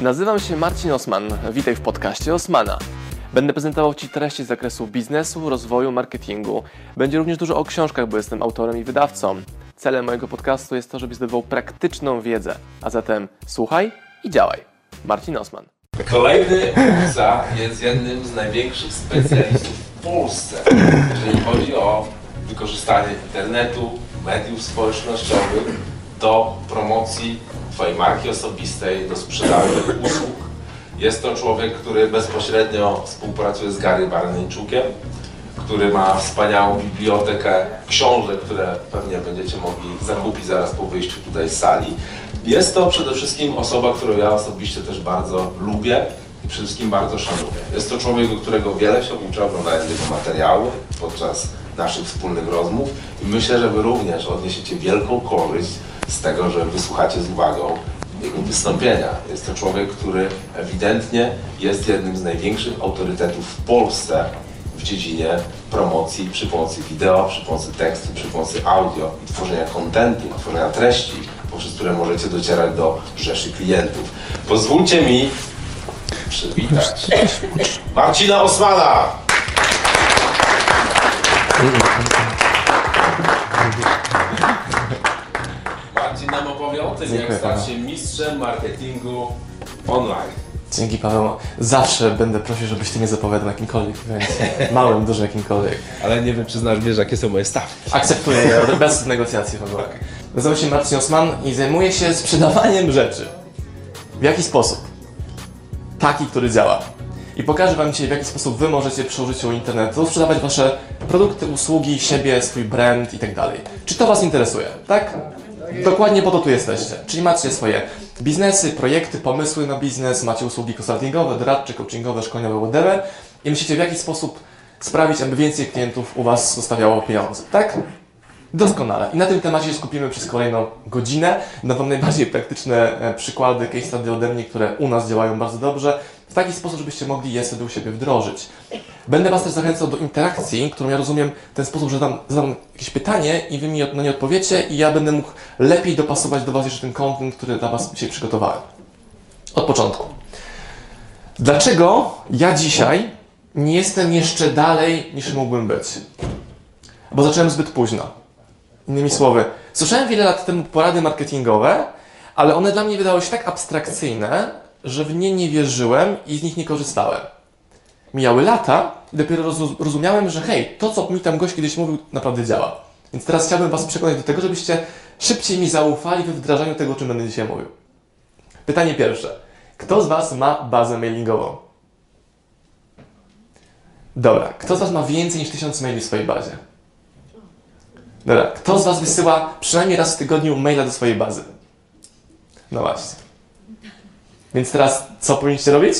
Nazywam się Marcin Osman. Witaj w podcaście Osmana. Będę prezentował Ci treści z zakresu biznesu, rozwoju, marketingu. Będzie również dużo o książkach, bo jestem autorem i wydawcą. Celem mojego podcastu jest to, żebyś zdobywał praktyczną wiedzę. A zatem słuchaj i działaj. Marcin Osman. Kolejny mówca jest jednym z największych specjalistów w Polsce, jeżeli chodzi o wykorzystanie internetu, mediów społecznościowych do promocji Twojej marki osobistej, do sprzedaży usług. Jest to człowiek, który bezpośrednio współpracuje z Gary Vaynerchukiem, który ma wspaniałą bibliotekę książek, które pewnie będziecie mogli zakupić zaraz po wyjściu tutaj z sali. Jest to przede wszystkim osoba, którą ja osobiście też bardzo lubię i przede wszystkim bardzo szanuję. Jest to człowiek, do którego wiele się uczę, oglądając jego materiały podczas naszych wspólnych rozmów i myślę, że Wy również odniesiecie wielką korzyść z tego, że wysłuchacie z uwagą jego wystąpienia. Jest to człowiek, który ewidentnie jest jednym z największych autorytetów w Polsce w dziedzinie promocji przy pomocy wideo, przy pomocy tekstu, przy pomocy audio i tworzenia kontentu, tworzenia treści, poprzez które możecie docierać do rzeszy klientów. Pozwólcie mi przywitać Marcina Osmana! Marcin nam opowie o tym, jak stać się mistrzem marketingu online. Dzięki, Paweł. Zawsze będę prosił, żebyś Ty mnie zapowiadał na jakimkolwiek evencie. Małym, dużym jakimkolwiek. Ale nie wiem, czy wiesz, jakie są moje stawki. Akceptuję, bez negocjacji, Paweł. Nazywam się Marcin Osman i zajmuję się sprzedawaniem rzeczy. W jaki sposób? Taki, który działa. I pokażę Wam dzisiaj, w jaki sposób Wy możecie przy użyciu internetu sprzedawać Wasze produkty, usługi, siebie, swój brand i tak dalej. Czy to Was interesuje? Tak? Dokładnie po to tu jesteście. Czyli macie swoje biznesy, projekty, pomysły na biznes, macie usługi konsultingowe, doradcze, coachingowe, szkoleniowe, whatever i myślicie, w jaki sposób sprawić, aby więcej klientów u Was zostawiało pieniądze. Tak? Doskonale. I na tym temacie się skupimy przez kolejną godzinę. Dam Wam najbardziej praktyczne przykłady, case study ode mnie, które u nas działają bardzo dobrze, w taki sposób, żebyście mogli je sobie u siebie wdrożyć. Będę Was też zachęcał do interakcji, którą ja rozumiem w ten sposób, że zadam jakieś pytanie i Wy mi na nie odpowiecie i ja będę mógł lepiej dopasować do Was jeszcze ten content, który dla Was dzisiaj przygotowałem. Od początku. Dlaczego ja dzisiaj nie jestem jeszcze dalej, niż mógłbym być? Bo zacząłem zbyt późno. Innymi słowy, słyszałem wiele lat temu porady marketingowe, ale one dla mnie wydały się tak abstrakcyjne, że w nie nie wierzyłem i z nich nie korzystałem. Mijały lata i dopiero rozumiałem, że hej, to co mi tam gość kiedyś mówił, naprawdę działa. Więc teraz chciałbym Was przekonać do tego, żebyście szybciej mi zaufali we wdrażaniu tego, o czym będę dzisiaj mówił. Pytanie pierwsze. Kto z Was ma bazę mailingową? Dobra. Kto z Was ma więcej niż 1000 maili w swojej bazie? Dobra. Kto z Was wysyła przynajmniej raz w tygodniu maila do swojej bazy? No właśnie. Więc teraz co powinniście robić?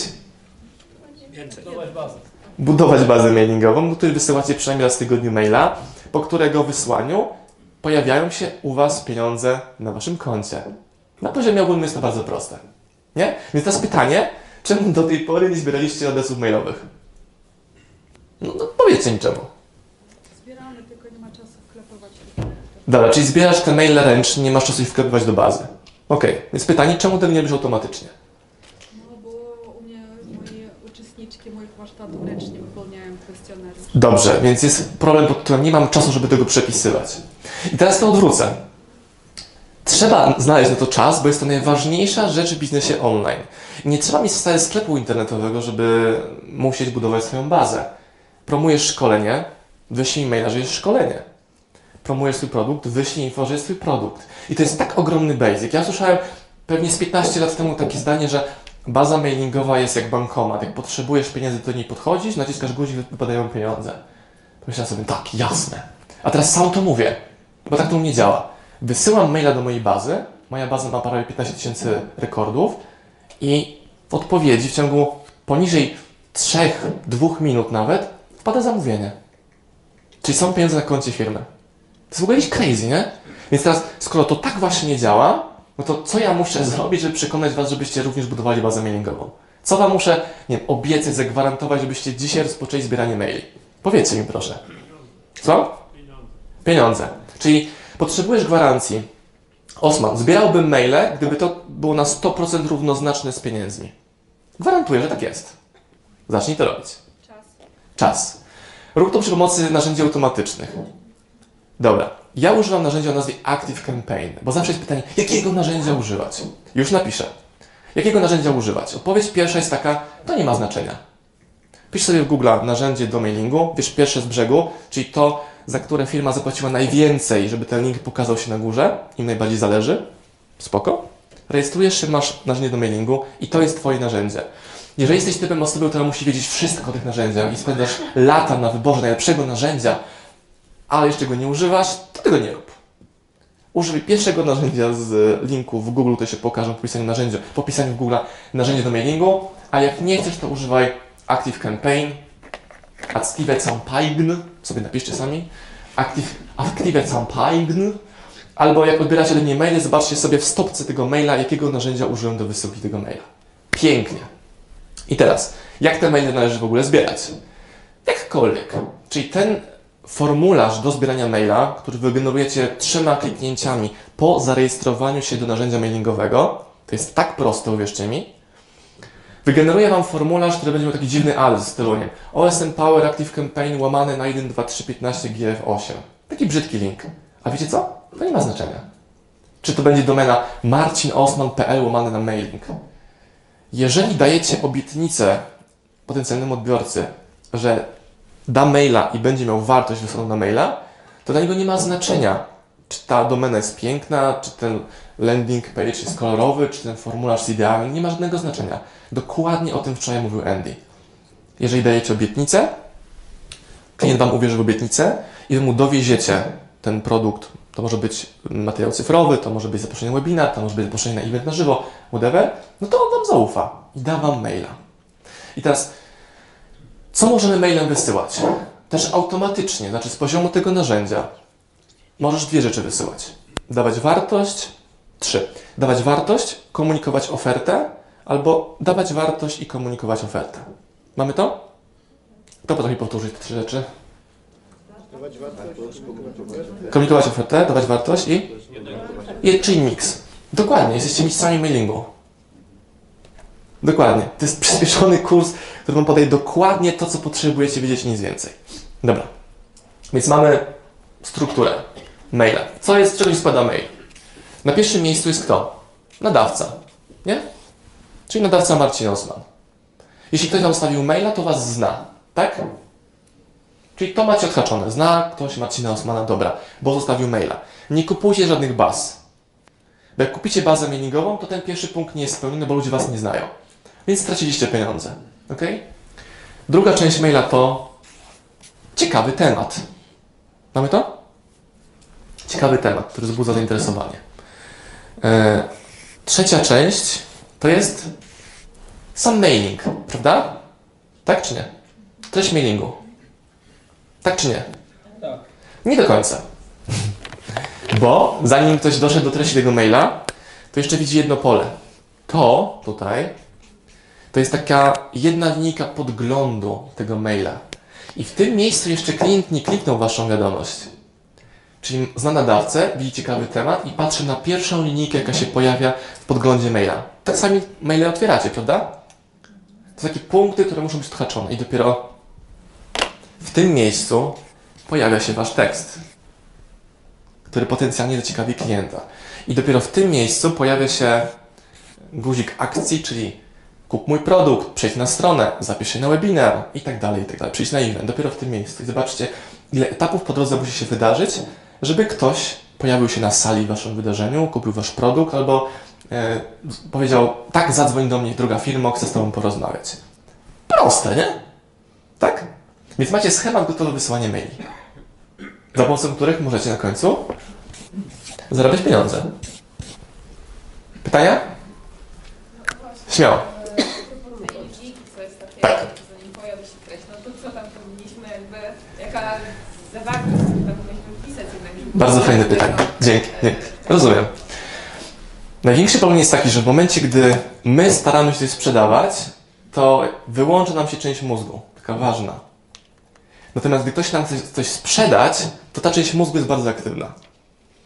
Budować bazę mailingową, do której wysyłacie przynajmniej raz w tygodniu maila, po którego wysłaniu pojawiają się u Was pieniądze na Waszym koncie. Na poziomie ogólnym jest to bardzo proste. Nie? Więc teraz pytanie, czemu do tej pory nie zbieraliście adresów mailowych? No powiedzcie mi czemu. Zbieramy, tylko nie ma czasu wklepywać. Dobra, czyli zbierasz te maile ręcznie, nie masz czasu ich wklepywać do bazy. Okej, więc pytanie, czemu tego nie robisz automatycznie? No bo u mnie moje uczestniczki moich warsztatów ręcznie wypełniają kwestionariusz. Dobrze, więc jest problem, pod którym nie mam czasu, żeby tego przepisywać. I teraz to odwrócę. Trzeba znaleźć na to czas, bo jest to najważniejsza rzecz w biznesie online. Nie trzeba mieć wcale sklepu internetowego, żeby musieć budować swoją bazę. Promujesz szkolenie, wyślij maila, że jest szkolenie. Promujesz swój produkt, wyślij info, że jest swój produkt. I to jest tak ogromny basic. Ja słyszałem pewnie z 15 lat temu takie zdanie, że baza mailingowa jest jak bankomat. Jak potrzebujesz pieniędzy, to do niej podchodzisz, naciskasz guzik, wypadają pieniądze. Myślałem sobie, tak, jasne. A teraz sam to mówię, bo tak to u mnie działa. Wysyłam maila do mojej bazy, moja baza ma prawie 15 000 rekordów i w odpowiedzi w ciągu poniżej 3-2 minut nawet wpada zamówienie. Czyli są pieniądze na koncie firmy. To jest w ogóle jakieś crazy, nie? Więc teraz, skoro to tak właśnie nie działa, no to co ja muszę zrobić, żeby przekonać Was, żebyście również budowali bazę mailingową? Co Wam muszę, nie wiem, obiecać, zagwarantować, żebyście dzisiaj rozpoczęli zbieranie maili? Powiedzcie mi proszę. Co? Pieniądze. Czyli potrzebujesz gwarancji, Osman, zbierałbym maile, gdyby to było na 100% równoznaczne z pieniędzmi. Gwarantuję, że tak jest. Zacznij to robić. Czas. Rób to przy pomocy narzędzi automatycznych. Dobra. Ja używam narzędzia o nazwie Active Campaign, bo zawsze jest pytanie, jakiego narzędzia używać? Już napiszę. Jakiego narzędzia używać? Odpowiedź pierwsza jest taka, to nie ma znaczenia. Pisz sobie w Google narzędzie do mailingu, wiesz, pierwsze z brzegu, czyli to, za które firma zapłaciła najwięcej, żeby ten link pokazał się na górze, im najbardziej zależy. Spoko. Rejestrujesz się, masz narzędzie do mailingu i to jest Twoje narzędzie. Jeżeli jesteś typem osoby, która musi wiedzieć wszystko o tych narzędziach i spędzasz lata na wyborze najlepszego narzędzia, ale jeszcze go nie używasz, to tego nie rób. Używaj pierwszego narzędzia z linku w Google, to się pokażą po wpisaniu w Google narzędzie do mailingu, a jak nie chcesz, to używaj Active Campaign, Active Campaign, sobie napiszcie sami, Active Campaign, albo jak odbieracie ode mnie maile, zobaczcie sobie w stopce tego maila, jakiego narzędzia użyłem do wysyłki tego maila. Pięknie. I teraz, jak te maile należy w ogóle zbierać? Jakkolwiek. Czyli ten formularz do zbierania maila, który wygenerujecie 3 kliknięciami po zarejestrowaniu się do narzędzia mailingowego, to jest tak proste, uwierzcie mi, wygeneruje Wam formularz, który będzie miał taki dziwny adres w stylu, nie, OSM Power Active Campaign łamane na 1, 2, 3, 15 GF8. Taki brzydki link. A wiecie co? To nie ma znaczenia. Czy to będzie domena marcinosman.pl łamane na mailing. Jeżeli dajecie obietnicę potencjalnemu odbiorcy, że da maila i będzie miał wartość wysłaną na maila, to dla niego nie ma znaczenia, czy ta domena jest piękna, czy ten landing page jest kolorowy, czy ten formularz jest idealny. Nie ma żadnego znaczenia. Dokładnie o tym wczoraj mówił Andy. Jeżeli dajecie obietnicę, klient Wam uwierzy w obietnicę i Wy mu dowieziecie ten produkt. To może być materiał cyfrowy, to może być zaproszenie na webinar, to może być zaproszenie na event na żywo, whatever, no to on Wam zaufa i da Wam maila. I teraz, co możemy mailem wysyłać? Też automatycznie, znaczy z poziomu tego narzędzia. Możesz 2 rzeczy wysyłać. Dawać wartość, 3. Dawać wartość, komunikować ofertę, albo dawać wartość i komunikować ofertę. Mamy to? Kto potrafi powtórzyć te 3 rzeczy? Komunikować ofertę, dawać wartość czyli mix. Dokładnie, jesteście mistrzami mailingu. Dokładnie. To jest przyspieszony kurs, który Wam podaje dokładnie to, co potrzebujecie wiedzieć, nic więcej. Dobra. Więc mamy strukturę maila. Z czego się składa mail? Na pierwszym miejscu jest kto? Nadawca. Nie? Czyli nadawca Marcin Osman. Jeśli ktoś Wam zostawił maila, to Was zna. Tak? Czyli to macie odhaczone. Zna ktoś Marcina Osmana, dobra, bo zostawił maila. Nie kupujcie żadnych baz. Bo jak kupicie bazę mailingową, to ten pierwszy punkt nie jest spełniony, bo ludzie Was nie znają. Więc straciliście pieniądze. Ok? Druga część maila to ciekawy temat. Mamy to? Ciekawy temat, który wzbudza zainteresowanie. Trzecia część to jest sam mailing, prawda? Tak czy nie? Treść mailingu. Tak czy nie? Tak. Nie do końca. Bo zanim ktoś doszedł do treści tego maila, to jeszcze widzi jedno pole. To tutaj, to jest taka jedna linijka podglądu tego maila. I w tym miejscu jeszcze klient nie kliknął Waszą wiadomość. Czyli zna nadawcę, widzi ciekawy temat i patrzy na pierwszą linijkę, jaka się pojawia w podglądzie maila. Tak sami maile otwieracie, prawda? To są takie punkty, które muszą być odhaczone i dopiero w tym miejscu pojawia się Wasz tekst, który potencjalnie zaciekawi klienta. I dopiero w tym miejscu pojawia się guzik akcji, czyli kup mój produkt, przejdź na stronę, zapisz się na webinar i tak dalej, przyjdź na event. Dopiero w tym miejscu. I zobaczcie, ile etapów po drodze musi się wydarzyć, żeby ktoś pojawił się na sali w Waszym wydarzeniu, kupił Wasz produkt albo powiedział, tak, zadzwoń do mnie, druga firma, chcę z Tobą porozmawiać. Proste, nie? Tak? Więc macie schemat gotowy do wysyłania maili, za pomocą których możecie na końcu zarabiać pieniądze. Pytania? Śmiało. Co jest takie, Tak. zanim pojawi się treść, no to co tam powinniśmy jakby, jaka zawartość, co tam powinniśmy wpisać jednak. Bardzo fajne pytanie. Dzięki. Rozumiem. Największy problem jest taki, że w momencie, gdy my staramy się coś sprzedawać, to wyłącza nam się część mózgu, taka ważna. Natomiast gdy ktoś nam chce coś sprzedać, to ta część mózgu jest bardzo aktywna.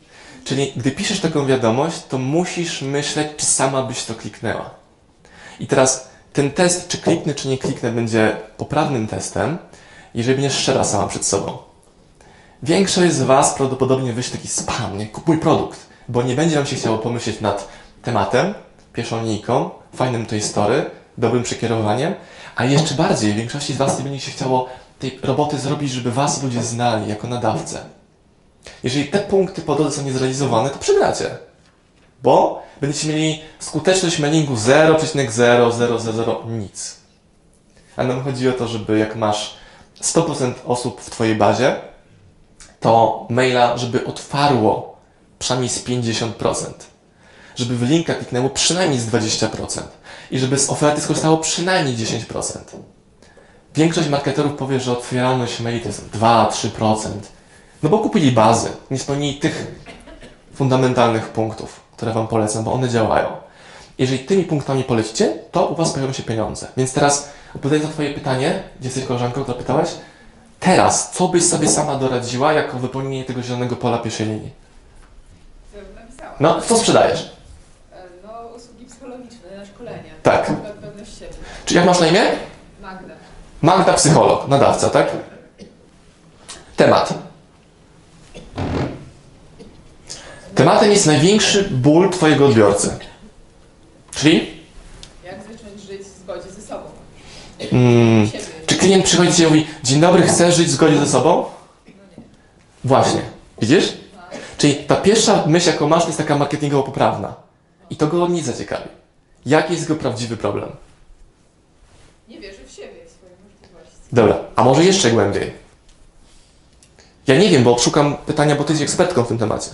Czyli gdy piszesz taką wiadomość, to musisz myśleć, czy sama byś to kliknęła. I teraz ten test, czy kliknę, czy nie kliknę, będzie poprawnym testem, jeżeli będziesz szczera sama przed sobą. Większość z Was prawdopodobnie wyśle taki spam, nie? Kupuj produkt, bo nie będzie Wam się chciało pomyśleć nad tematem, pierwszą linijką, fajnym tej story, dobrym przekierowaniem, a jeszcze bardziej, większości z Was nie będzie się chciało tej roboty zrobić, żeby Was ludzie znali jako nadawcę. Jeżeli te punkty po drodze są niezrealizowane, to przegracie. Bo będziecie mieli skuteczność mailingu 0,0000 nic. A nam chodzi o to, żeby jak masz 100% osób w Twojej bazie, to maila, żeby otwarło przynajmniej z 50%. Żeby w linka kliknęło przynajmniej z 20%. I żeby z oferty skorzystało przynajmniej 10%. Większość marketerów powie, że otwieralność maili to jest 2-3%. No bo kupili bazy, nie spełnili tych fundamentalnych punktów, które Wam polecam, bo one działają. Jeżeli tymi punktami polecicie, to u Was pojawią się pieniądze. Więc teraz, odpowiadając na Twoje pytanie, gdzie jesteś koleżanką, która pytałaś, teraz, co byś sobie sama doradziła jako wypełnienie tego zielonego pola pierwszej linii? Co bym napisała? No, co sprzedajesz? No, usługi psychologiczne na szkolenie. Tak. Pewność siebie. Czy jak masz na imię? Magda. Magda, psycholog, nadawca, tak? Temat. Tematem jest największy ból Twojego odbiorcy. Czyli? Jak zacząć żyć w zgodzie ze sobą? Siebie. Czy klient przychodzi Ci i mówi, dzień dobry, chcesz żyć w zgodzie ze sobą? No nie. Właśnie. Widzisz? Tak. Czyli ta pierwsza myśl, jaką masz, to jest taka marketingowo poprawna. I to go nic zaciekawi. Jaki jest jego prawdziwy problem? Nie wierzy w siebie, w swoje możliwości. Dobra, a może jeszcze głębiej? Ja nie wiem, bo szukam pytania, bo Ty jesteś ekspertką w tym temacie.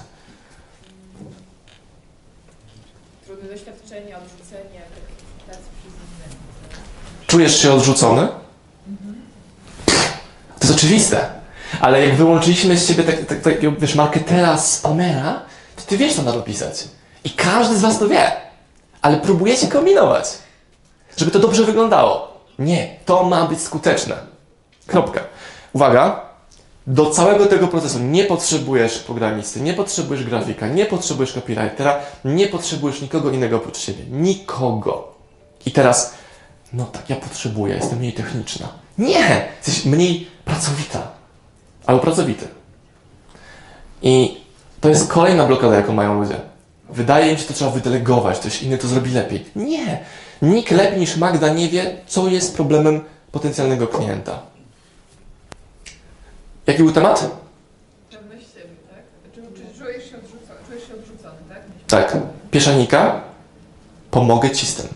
Trudne doświadczenia, odrzucenie, akceptacji przez innych. Czujesz się odrzucony? To jest oczywiste. Ale jak wyłączyliśmy z Ciebie takiego, wiesz, marketera, spamera, to Ty wiesz, co na to pisać. I każdy z Was to wie. Ale próbujecie kombinować, żeby to dobrze wyglądało. Nie, to ma być skuteczne. Kropka. Uwaga, do całego tego procesu nie potrzebujesz programisty, nie potrzebujesz grafika, nie potrzebujesz copywritera, nie potrzebujesz nikogo innego oprócz siebie. Nikogo. I teraz, no tak, ja potrzebuję, jestem mniej techniczna. Nie! Jesteś mniej pracowita. Albo pracowity. I to jest kolejna blokada, jaką mają ludzie. Wydaje im się, że to trzeba wydelegować, ktoś inny to zrobi lepiej. Nie! Nikt lepiej niż Magda nie wie, co jest problemem potencjalnego klienta. Jaki był temat? Pewność siebie, tak? Czy czujesz się odrzucony, tak? Tak. Pierwsza linijka. Pomogę Ci z tym.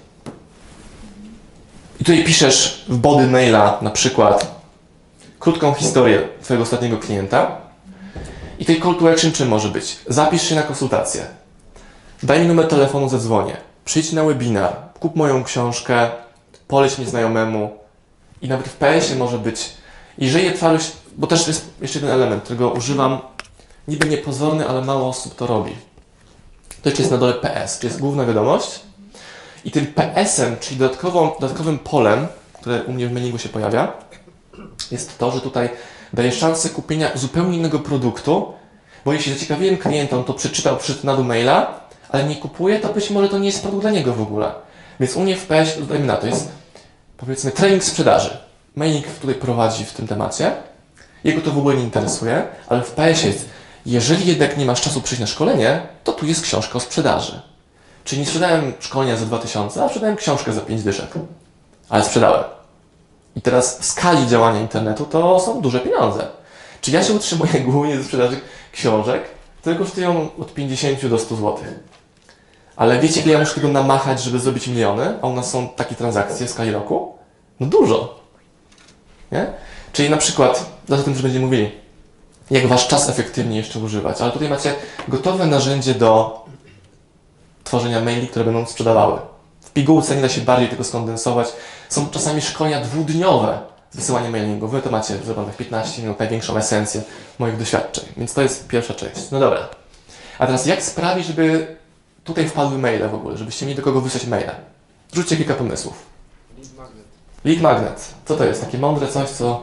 I tutaj piszesz w body maila na przykład krótką historię Twojego ostatniego klienta. I tej call to action czym może być? Zapisz się na konsultację. Daj mi numer telefonu, zadzwonię. Przyjdź na webinar. Kup moją książkę. Poleć mi znajomemu. I nawet w PS-ie może być. Jeżeli otwarłeś, bo też jest jeszcze jeden element, którego używam, niby niepozorny, ale mało osób to robi. To jeszcze jest na dole PS, to jest główna wiadomość. I tym PS-em, czyli dodatkowym polem, które u mnie w mailingu się pojawia, jest to, że tutaj daję szansę kupienia zupełnie innego produktu, bo jeśli zaciekawiłem klienta, on to przeczytał, przyszedł na dół maila, ale nie kupuje, to być może to nie jest produkt dla niego w ogóle. Więc u mnie w PS, dajmy na to, jest powiedzmy trening sprzedaży. Mailing tutaj prowadzi w tym temacie. Jego to w ogóle nie interesuje, ale w PS jest, jeżeli jednak nie masz czasu przyjść na szkolenie, to tu jest książka o sprzedaży. Czyli nie sprzedałem szkolenia za 2000, a sprzedałem książkę za 5 dyszek. Ale sprzedałem. I teraz w skali działania internetu to są duże pieniądze. Czy ja się utrzymuję głównie ze sprzedaży książek, które kosztują od 50 do 100 zł. Ale wiecie, ile ja muszę tego namachać, żeby zrobić miliony? A u nas są takie transakcje w skali roku? No dużo. Nie? Czyli na przykład, zaraz o tym też będziemy mówili, jak wasz czas efektywnie jeszcze używać. Ale tutaj macie gotowe narzędzie do tworzenia maili, które będą sprzedawały. W pigułce nie da się bardziej tego skondensować. Są czasami szkolenia dwudniowe z wysyłaniem mailingu. Wy to macie zrobione w 15 minut, największą esencję moich doświadczeń. Więc to jest pierwsza część. No dobra. A teraz jak sprawić, żeby tutaj wpadły maile w ogóle, żebyście mieli do kogo wysłać maile? Rzućcie kilka pomysłów. Lead magnet. Lead magnet. Co to jest? Takie mądre coś, co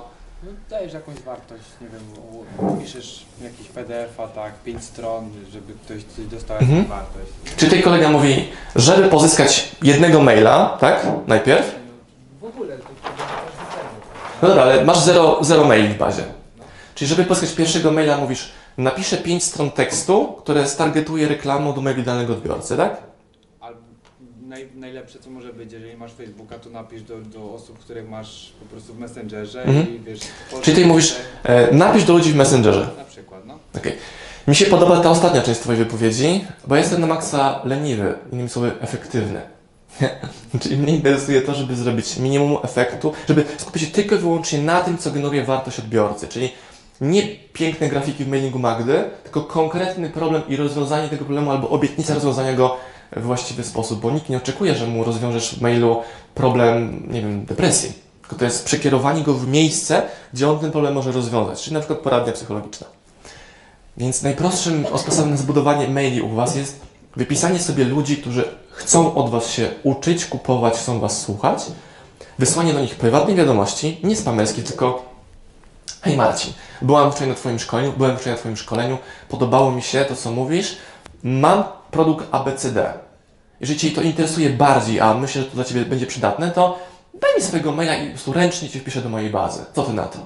No, dajesz jakąś wartość, nie wiem, piszesz jakiś PDF-a, tak, 5 stron, żeby ktoś dostał jakąś wartość. Czy tutaj kolega mówi, żeby pozyskać jednego maila, tak? Najpierw? W ogóle, to też No dobra, ale masz zero maili w bazie. Czyli żeby pozyskać pierwszego maila mówisz, napiszę 5 stron tekstu, które stargetuje reklamą do mojego idealnego odbiorcy, tak? Albo najlepsze co może być, jeżeli masz Facebooka, to napisz do osób, których masz po prostu w Messengerze i wiesz... Czyli ty mówisz, napisz do ludzi w Messengerze. Na przykład, no. Okay. Mi się podoba ta ostatnia część twojej wypowiedzi, bo ja jestem na maksa leniwy, innymi słowy efektywny. Czyli mnie interesuje to, żeby zrobić minimum efektu, żeby skupić się tylko i wyłącznie na tym, co generuje wartość odbiorcy. Czyli nie piękne grafiki w mailingu Magdy, tylko konkretny problem i rozwiązanie tego problemu albo obietnica rozwiązania go w właściwy sposób, bo nikt nie oczekuje, że mu rozwiążesz w mailu problem, nie wiem, depresji. Tylko to jest przekierowanie go w miejsce, gdzie on ten problem może rozwiązać, czyli na przykład poradnia psychologiczna. Więc najprostszym sposobem na zbudowanie maili u Was jest wypisanie sobie ludzi, którzy chcą od Was się uczyć, kupować, chcą Was słuchać, wysłanie do nich prywatnej wiadomości, nie spamerskiej, tylko hej Marcin, byłem wczoraj na Twoim szkoleniu, podobało mi się to, co mówisz, mam produkt ABCD. Jeżeli Cię to interesuje bardziej, a myślę, że to dla Ciebie będzie przydatne, to daj mi swojego maila i po prostu ręcznie Cię wpiszę do mojej bazy. Co Ty na to?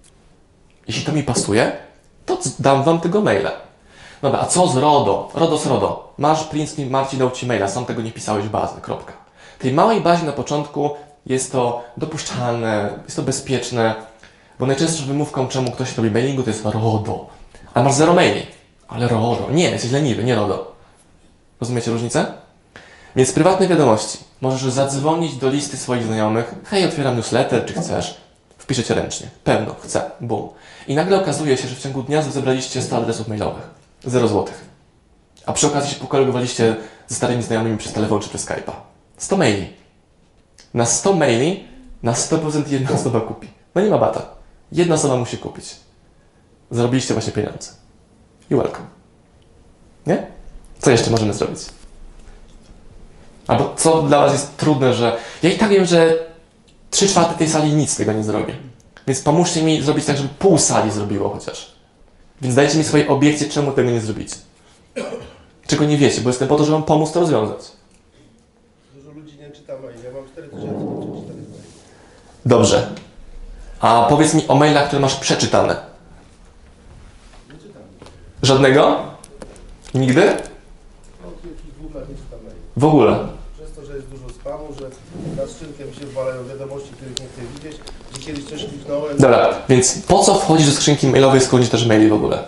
Jeśli to mi pasuje, to dam Wam tego maila. Dobra, a co z RODO? RODO. Masz print screen, Marcin dał Ci maila, sam tego nie pisałeś w bazy, kropka. W tej małej bazie na początku jest to dopuszczalne, jest to bezpieczne, bo najczęstszą wymówką, czemu ktoś robi mailingu, to jest RODO. Ale masz 0 maili. Ale RODO. Nie, jesteś leniwy, nie RODO. Rozumiecie różnicę? Więc prywatne wiadomości. Możesz zadzwonić do listy swoich znajomych. Hej, otwieram newsletter, czy chcesz? Wpiszecie ręcznie. Pewno, chcę. Bum. I nagle okazuje się, że w ciągu dnia zebraliście 100 adresów mailowych. 0 złotych. A przy okazji się pokolegowaliście ze starymi znajomymi przez telefon czy przez Skype'a. 100 maili. Na 100 maili na 100% jedna osoba kupi. No nie ma bata. Jedna osoba musi kupić. Zarobiliście właśnie pieniądze. You're welcome. Nie? Co jeszcze możemy zrobić? Albo co dla Was jest trudne, że... Ja i tak wiem, że 3/4 tej sali nic z tego nie zrobi. Więc pomóżcie mi zrobić tak, żeby pół sali zrobiło chociaż. Więc dajcie mi swoje obiekcje, czemu tego nie zrobicie. Czego nie wiecie, bo jestem po to, żeby Wam pomóc to rozwiązać. Dużo ludzi nie czyta maili. Ja mam 4000 przeczytanych maili. Dobrze. A powiedz mi o mailach, które masz przeczytane. Nie czytam. Żadnego? Nigdy? No, od jakichś 2 lat nie czytam maili. W ogóle. Przez to, że jest dużo spamu, że na skrzynkę mi się wwalają wiadomości, których nie chcę widzieć, gdzie kiedyś coś kliknąłem. Dobra, więc po co wchodzisz do skrzynki mailowej, skąd też maili w ogóle?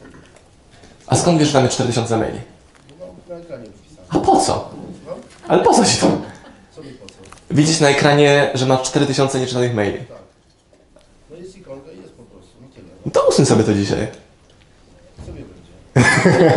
A skąd wiesz, że mamy 4000 maili? No, na ekranie wpisałem. A po co? No, Ale po co ci to? co mi po co? Widzisz na ekranie, że masz 4000 nieczytanych maili. Tak. No jest ikonka i jest po prostu. No tyle. No to usuń sobie to dzisiaj. Co mnie będzie?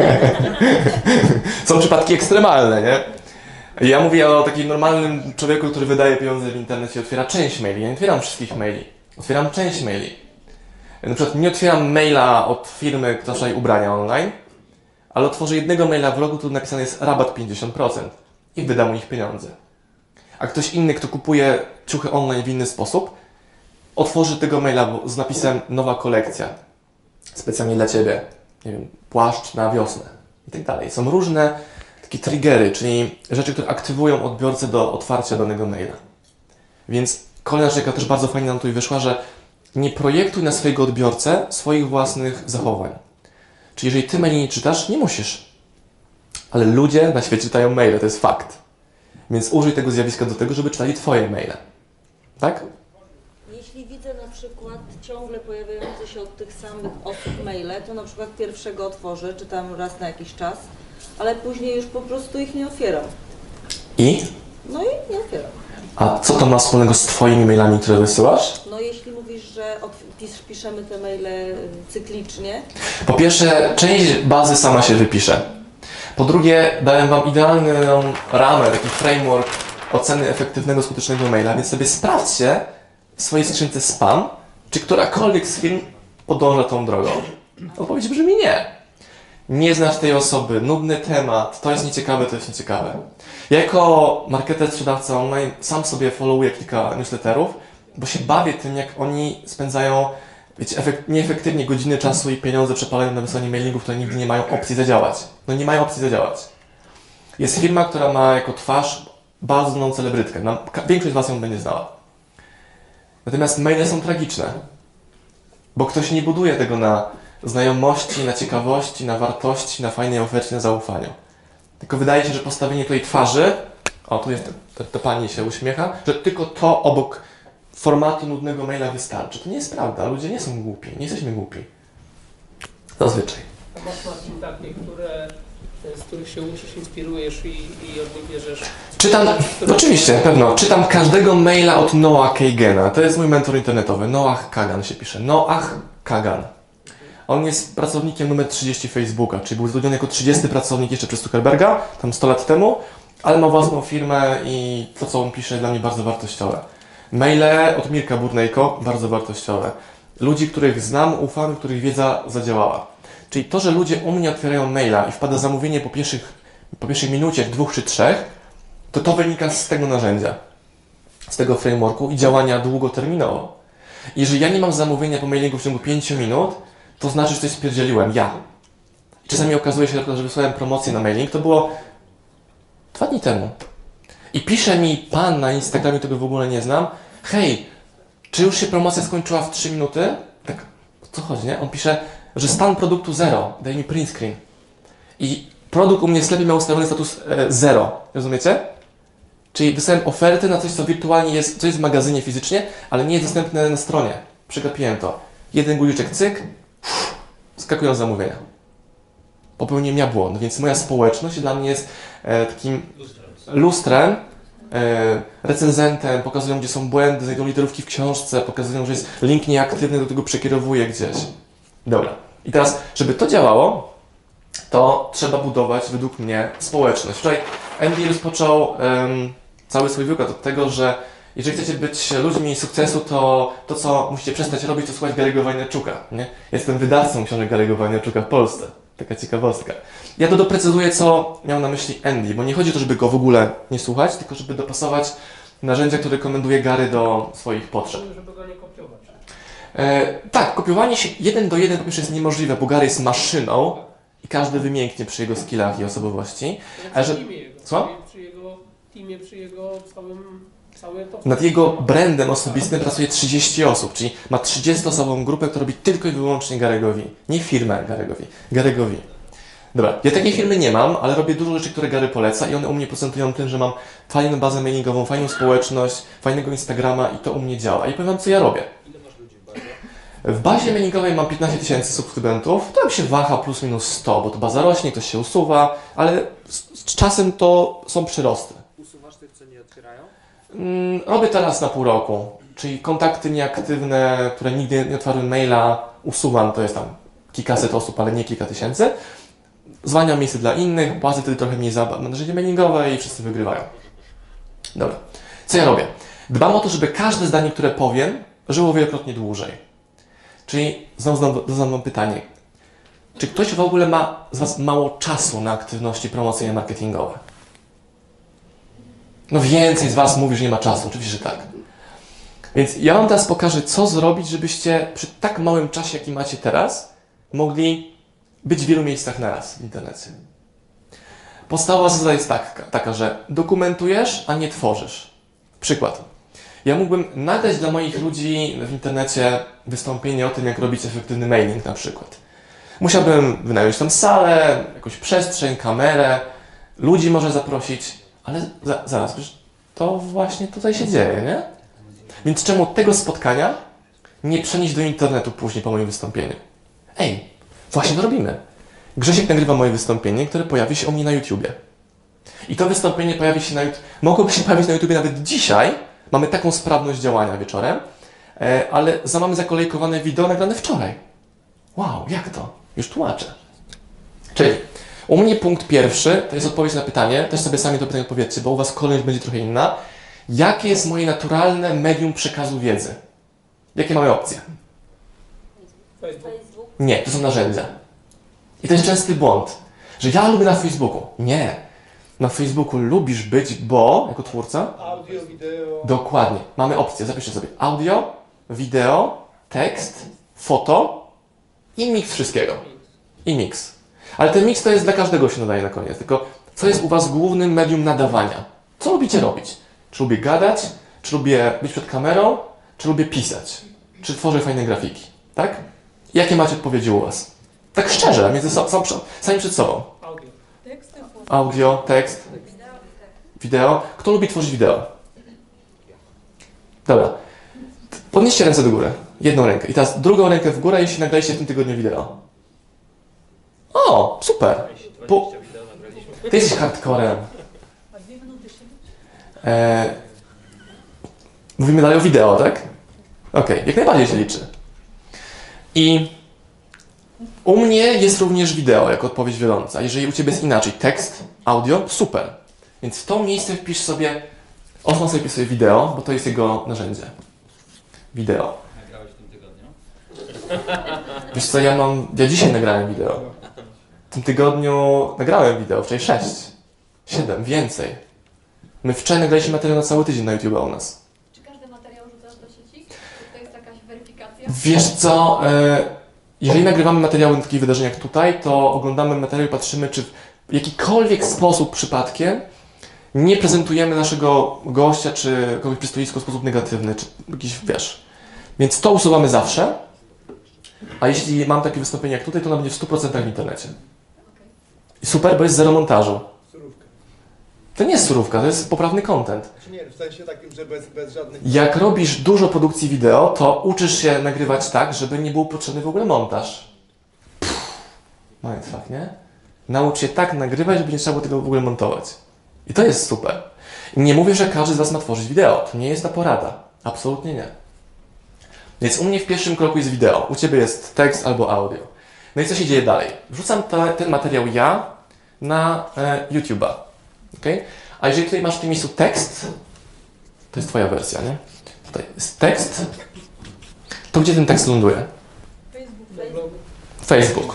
Są przypadki ekstremalne, nie? Ja mówię o takim normalnym człowieku, który wydaje pieniądze w internecie i otwiera część maili. Ja nie otwieram wszystkich maili. Otwieram część maili. Na przykład nie otwieram maila od firmy, która sprzedaje ubrania online, ale otworzę jednego maila w rogu, tu napisane jest rabat 50% i wydam u nich pieniądze. A ktoś inny, kto kupuje ciuchy online w inny sposób, otworzy tego maila z napisem nowa kolekcja. Specjalnie dla Ciebie. Nie wiem, płaszcz na wiosnę i tak dalej. Są różne takie triggery, czyli rzeczy, które aktywują odbiorcę do otwarcia danego maila. Więc kolejna rzecz, jaka też bardzo fajnie nam tutaj wyszła, że nie projektuj na swojego odbiorcę swoich własnych zachowań. Czyli jeżeli Ty maili nie czytasz, nie musisz. Ale ludzie na świecie czytają maile, to jest fakt. Więc użyj tego zjawiska do tego, żeby czytali Twoje maile. Tak? Jeśli widzę na przykład ciągle pojawiające się od tych samych osób maile, to na przykład pierwszego otworzę, czytam raz na jakiś czas, ale później już po prostu ich nie otwieram. I? No i nie otwieram. A co to ma wspólnego z Twoimi mailami, które wysyłasz? No jeśli mówisz, że piszemy te maile cyklicznie. Po pierwsze, część bazy sama się wypisze. Po drugie, dałem Wam idealną ramę, taki framework oceny efektywnego, skutecznego maila, więc sobie sprawdźcie w swojej skrzynce spam, czy którakolwiek z firm podąża tą drogą. Odpowiedź brzmi nie. Nie znasz tej osoby, nudny temat, to jest nieciekawe, to jest nieciekawe. Ja jako marketer, sprzedawca online sam sobie followuję kilka newsletterów, bo się bawię tym, jak oni spędzają wiecie, nieefektywnie godziny czasu i pieniądze przepalają na wysłanie mailingów, które nigdy nie mają opcji zadziałać. No nie mają opcji zadziałać. Jest firma, która ma jako twarz bardzo znaną celebrytkę. Większość z Was ją będzie znała. Natomiast maile są tragiczne. Bo ktoś nie buduje tego na znajomości, na ciekawości, na wartości, na fajnej ofercie, na zaufaniu. Tylko wydaje się, że postawienie tutaj twarzy, o tu jest, ta pani się uśmiecha, że tylko to obok formatu nudnego maila wystarczy. To nie jest prawda. Ludzie nie są głupi. Nie jesteśmy głupi. Zazwyczaj. A masz, Marcin, takie, z których się uczysz, inspirujesz i od nich bierzesz? Czytam, oczywiście, pewno. Czytam każdego maila od Noah Kagana. To jest mój mentor internetowy. Noah Kagan się pisze. Noah Kagan. On jest pracownikiem numer 30 Facebooka, czyli był zatrudniony jako 30 pracownik jeszcze przez Zuckerberga, tam 100 lat temu, ale ma własną firmę i to, co on pisze, dla mnie bardzo wartościowe. Maile od Mirka Burnejko, bardzo wartościowe. Ludzi, których znam, ufam, których wiedza zadziałała. Czyli to, że ludzie u mnie otwierają maila i wpada zamówienie po pierwszej minucie, 2 czy 3, to wynika z tego narzędzia, z tego frameworku i działania długoterminowo. Jeżeli ja nie mam zamówienia po mailingu w ciągu 5 minut, to znaczy, że coś spierdzieliłem, ja. Czasami okazuje się, że wysłałem promocję na mailing, to było 2 dni temu. I pisze mi pan na Instagramie, którego w ogóle nie znam, hej, czy już się promocja skończyła w 3 minuty? Tak, o co chodzi, nie? On pisze, że stan produktu 0, daj mi print screen. I produkt u mnie w sklepie miał ustawiony status 0, rozumiecie? Czyli wysłałem ofertę na coś, co wirtualnie jest, co jest w magazynie fizycznie, ale nie jest dostępne na stronie. Przegapiłem to. Jeden guziczek, cyk, skakują zamówienia. Popełniłem ja błąd, więc moja społeczność dla mnie jest takim lustrem, recenzentem, pokazują, gdzie są błędy, znajdują literówki w książce, pokazują, że jest link nieaktywny, do tego przekierowuję gdzieś. Dobra. I teraz, żeby to działało, to trzeba budować, według mnie, społeczność. Wczoraj Andy rozpoczął cały swój wykład od tego, że jeżeli chcecie być ludźmi sukcesu, to co musicie przestać robić, to słuchać Gary'ego Vaynerchuka, nie? Jestem wydawcą książek Gary'ego Vaynerchuka w Polsce. Taka ciekawostka. Ja to doprecyzuję, co miał na myśli Andy, bo nie chodzi o to, żeby go w ogóle nie słuchać, tylko żeby dopasować narzędzia, które rekomenduje Gary do swoich potrzeb. Żeby go nie kopiować. Tak, kopiowanie się 1 do 1 po pierwsze jest niemożliwe, bo Gary jest maszyną i każdy wymięknie przy jego skillach i osobowości. Ale przy teamie jego, Co? Przy jego teamie, przy jego całym Nad jego brandem osobistym pracuje 30 osób, czyli ma 30-osobową grupę, która robi tylko i wyłącznie Gary'gowi. Nie firmę Gary'gowi. Dobra, ja takiej firmy nie mam, ale robię dużo rzeczy, które Gary poleca i one u mnie procentują tym, że mam fajną bazę mailingową, fajną społeczność, fajnego Instagrama i to u mnie działa. I powiem wam, co ja robię. Ile masz ludzi w bazie? W bazie mailingowej mam 15 000 subskrybentów, to się waha plus minus 100, bo to baza rośnie, ktoś się usuwa, ale z czasem to są przyrosty. Usuwasz tych, co nie otwierają? Robię to raz na pół roku, czyli kontakty nieaktywne, które nigdy nie otwarły maila, usuwam, to jest tam kilkaset osób, ale nie kilka tysięcy. Zwalniam miejsce dla innych, płacę wtedy trochę mniej za narzędzie mailingowe i wszyscy wygrywają. Dobra, co ja robię? Dbam o to, żeby każde zdanie, które powiem, żyło wielokrotnie dłużej. Czyli znowu mam pytanie. Czy ktoś w ogóle ma z Was mało czasu na aktywności promocyjne marketingowe? No więcej z Was mówi, że nie ma czasu. Oczywiście, że tak. Więc ja Wam teraz pokażę, co zrobić, żebyście przy tak małym czasie, jaki macie teraz, mogli być w wielu miejscach naraz w internecie. Podstawowa zasada jest taka, że dokumentujesz, a nie tworzysz. Przykład. Ja mógłbym nagrać dla moich ludzi w internecie wystąpienie o tym, jak robić efektywny mailing na przykład. Musiałbym wynająć tam salę, jakąś przestrzeń, kamerę, ludzi może zaprosić, ale zaraz, przecież to właśnie tutaj się dzieje, nie? Więc czemu tego spotkania nie przenieść do internetu później po moim wystąpieniu? Ej, właśnie to robimy. Grzesiek nagrywa moje wystąpienie, które pojawi się u mnie na YouTubie. I to wystąpienie pojawi się mogłoby się pojawić na YouTubie nawet dzisiaj. Mamy taką sprawność działania wieczorem, ale mamy zakolejkowane wideo nagrane wczoraj. Wow, jak to? Już tłumaczę. Czyli u mnie punkt pierwszy to jest odpowiedź na pytanie, też sobie sami to pytanie odpowiedzcie, bo u Was kolejność będzie trochę inna. Jakie jest moje naturalne medium przekazu wiedzy? Jakie mamy opcje? Facebook. Nie, to są narzędzia. I to jest częsty błąd, że ja lubię na Facebooku. Nie. Na Facebooku lubisz być, bo, jako twórca? Audio, wideo. Dokładnie. Mamy opcję, zapiszcie sobie. Audio, wideo, tekst, foto i miks wszystkiego. I miks. Ale ten miks to jest dla każdego się nadaje na koniec. Tylko co jest u was głównym medium nadawania? Co lubicie robić? Czy lubię gadać? Czy lubię być przed kamerą? Czy lubię pisać? Czy tworzę fajne grafiki? Tak? Jakie macie odpowiedzi u was? Tak szczerze, sami przed sobą. Audio. Teksty, foto. Audio, tekst, wideo. Kto lubi tworzyć wideo? Dobra. Podnieście ręce do góry. Jedną rękę. I teraz drugą rękę w górę, jeśli nagraliście w tym tygodniu wideo. O, super. Ty jesteś hardcorem. A 2 minuty się Mówimy dalej o wideo, tak? Okej, jak najbardziej się liczy. I u mnie jest również wideo jako odpowiedź wiodąca. Jeżeli u Ciebie jest inaczej, tekst, audio, super. Więc w to miejsce wpisz sobie, Osman sobie wpisz sobie wideo, bo to jest jego narzędzie. Wideo. Nagrałeś w tym tygodniu? Wiesz co, ja dzisiaj nagrałem wideo. W tym tygodniu nagrałem wideo, wczoraj 6, 7, więcej. My wczoraj nagraliśmy materiał na cały tydzień na YouTube u nas. Czy każdy materiał rzucasz do sieci? Czy to jest jakaś weryfikacja? Wiesz co, jeżeli nagrywamy materiały na takich wydarzeniach jak tutaj, to oglądamy materiał i patrzymy, czy w jakikolwiek sposób przypadkiem nie prezentujemy naszego gościa, czy kogoś przy stoisku w sposób negatywny, czy jakiś, wiesz. Więc to usuwamy zawsze, a jeśli mam takie wystąpienie jak tutaj, to ono będzie w 100% w internecie. I super, bo jest zero montażu. Surówka. To nie jest surówka, to jest poprawny content. Znaczy nie, w sensie takim, że bez żadnych... Jak robisz dużo produkcji wideo, to uczysz się nagrywać tak, żeby nie był potrzebny w ogóle montaż. Mindfuck, nie? Naucz się tak nagrywać, żeby nie trzeba było tego w ogóle montować. I to jest super. I nie mówię, że każdy z was ma tworzyć wideo. To nie jest ta porada. Absolutnie nie. Więc u mnie w pierwszym kroku jest wideo. U ciebie jest tekst albo audio. No i co się dzieje dalej? Wrzucam ten materiał ja na YouTube'a. Okay? A jeżeli tutaj masz w tym miejscu tekst, to jest twoja wersja, nie? Tutaj jest tekst. To gdzie ten tekst ląduje? Facebook. Facebook.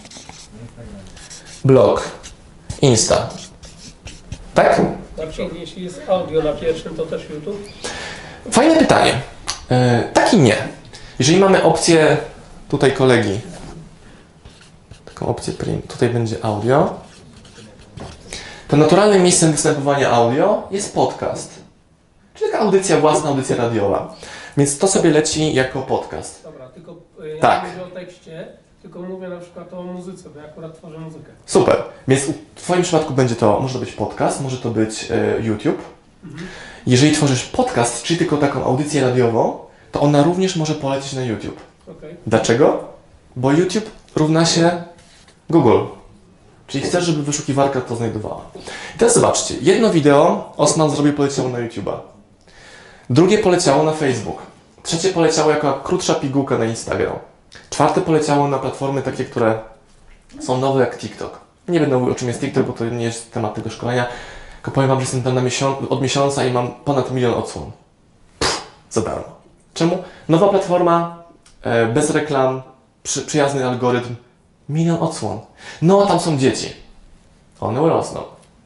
Blog. Insta. Tak? Marcin, jeśli jest audio na pierwszym, to też YouTube? Fajne pytanie. Tak i nie. Jeżeli mamy opcję tutaj kolegi, taką opcję print, tutaj będzie audio, to naturalnym miejscem występowania audio jest podcast. Czyli taka audycja, własna audycja radiowa. Więc to sobie leci jako podcast. Dobra, tylko ja Tak. nie mówię o tekście, tylko mówię na przykład o muzyce, bo ja akurat tworzę muzykę. Super. Więc w twoim przypadku będzie to, może to być podcast, może to być YouTube. Jeżeli tworzysz podcast, czyli tylko taką audycję radiową, to ona również może polecieć na YouTube. Okay. Dlaczego? Bo YouTube równa się Google. Czyli chcesz, żeby wyszukiwarka to znajdowała. I teraz zobaczcie. Jedno wideo Osman zrobił, poleciało na YouTube'a. Drugie poleciało na Facebook. Trzecie poleciało jako krótsza pigułka na Instagram. Czwarte poleciało na platformy takie, które są nowe jak TikTok. Nie będę mówił, o czym jest TikTok, bo to nie jest temat tego szkolenia. Tylko powiem wam, że jestem tam od miesiąca i mam ponad 1 milion odsłon. Za darmo. Czemu? Nowa platforma, bez reklam, przyjazny algorytm. 1 milion odsłon. No a tam są dzieci. One urosną.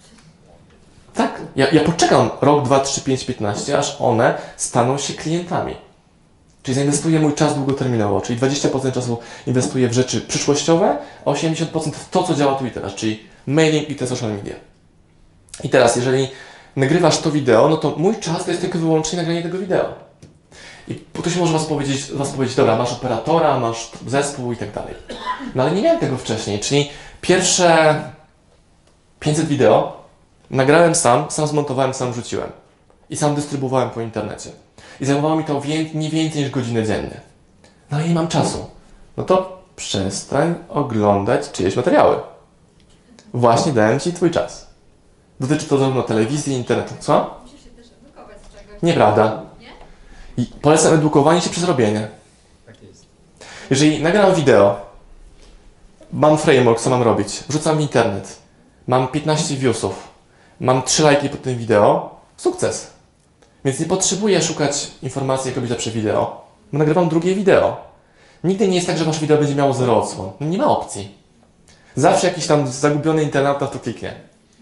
Tak. Ja poczekam rok, 2, 3, 5, 15, aż one staną się klientami. Czyli zainwestuję mój czas długoterminowo, czyli 20% czasu inwestuję w rzeczy przyszłościowe, a 80% w to, co działa tu i teraz, czyli mailing i te social media. I teraz, jeżeli nagrywasz to wideo, no to mój czas to jest tylko wyłącznie nagranie tego wideo. I ktoś może was powiedzieć, dobra, masz operatora, masz zespół i tak dalej. No ale nie miałem tego wcześniej, czyli pierwsze 500 wideo nagrałem sam zmontowałem, sam wrzuciłem. I sam dystrybuowałem po internecie. I zajmowało mi to nie więcej niż godzinę dziennie. No i nie mam czasu. No to przestań oglądać czyjeś materiały. Właśnie dałem ci twój czas. Dotyczy to zarówno telewizji, internetu. Co? Musisz się też edukować z czegoś. Nieprawda. Nie? I polecam edukowanie się przez robienie. Tak jest. Jeżeli nagram wideo, mam framework, co mam robić, wrzucam w internet, mam 15 viewsów, mam 3 lajki pod tym wideo, sukces. Więc nie potrzebuję szukać informacji, jak robić lepsze wideo, bo nagrywam drugie wideo. Nigdy nie jest tak, że wasze wideo będzie miało 0 odsłon. Nie ma opcji. Zawsze jakiś tam zagubiony internauta w to kliknie.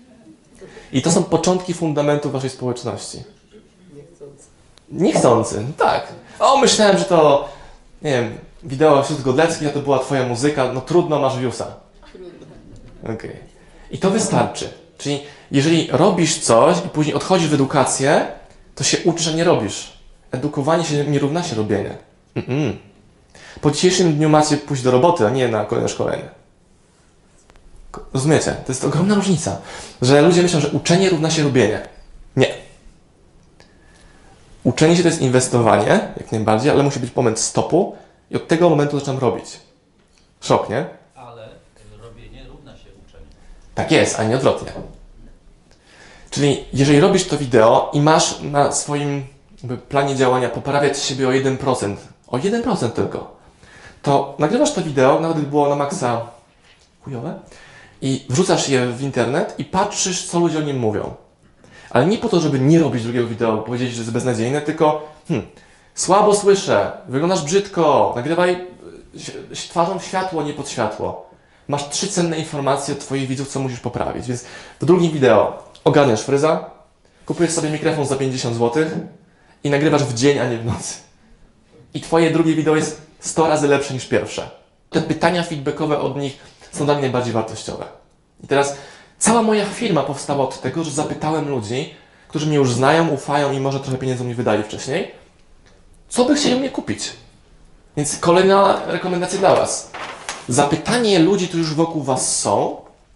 I to są początki fundamentów waszej społeczności. Niechcący, tak. O, myślałem, że to, nie wiem, wideo wśród Godleckich, a to była twoja muzyka, no trudno, masz viewsa. Okej. I to wystarczy. Czyli jeżeli robisz coś i później odchodzisz w edukację, to się uczysz, a nie robisz. Edukowanie się nie równa się robienie. Po dzisiejszym dniu macie pójść do roboty, a nie na kolejne szkolenie. Rozumiecie? To jest ogromna różnica. Że ludzie myślą, że uczenie równa się robienie. Nie. Uczenie się to jest inwestowanie, jak najbardziej, ale musi być moment stopu i od tego momentu zaczynam robić. Szok, nie? Ale robienie równa się uczeniu. Tak jest, a nie odwrotnie. Czyli jeżeli robisz to wideo i masz na swoim planie działania poprawiać siebie o 1% tylko, to nagrywasz to wideo, nawet gdyby było na maksa chujowe, i wrzucasz je w internet i patrzysz, co ludzie o nim mówią. Ale nie po to, żeby nie robić drugiego wideo, powiedzieć, że jest beznadziejne, tylko słabo słyszę, wyglądasz brzydko, nagrywaj twarzą w światło, nie pod światło. Masz 3 cenne informacje od twoich widzów, co musisz poprawić. Więc w drugim wideo ogarniasz fryza, kupujesz sobie mikrofon za 50 zł i nagrywasz w dzień, a nie w nocy. I twoje drugie wideo jest 100 razy lepsze niż pierwsze. Te pytania feedbackowe od nich są dla mnie najbardziej wartościowe. I teraz cała moja firma powstała od tego, że zapytałem ludzi, którzy mnie już znają, ufają i może trochę pieniędzy mi wydali wcześniej, co by chcieli mnie kupić. Więc kolejna rekomendacja dla was. Zapytanie ludzi, którzy już wokół was są,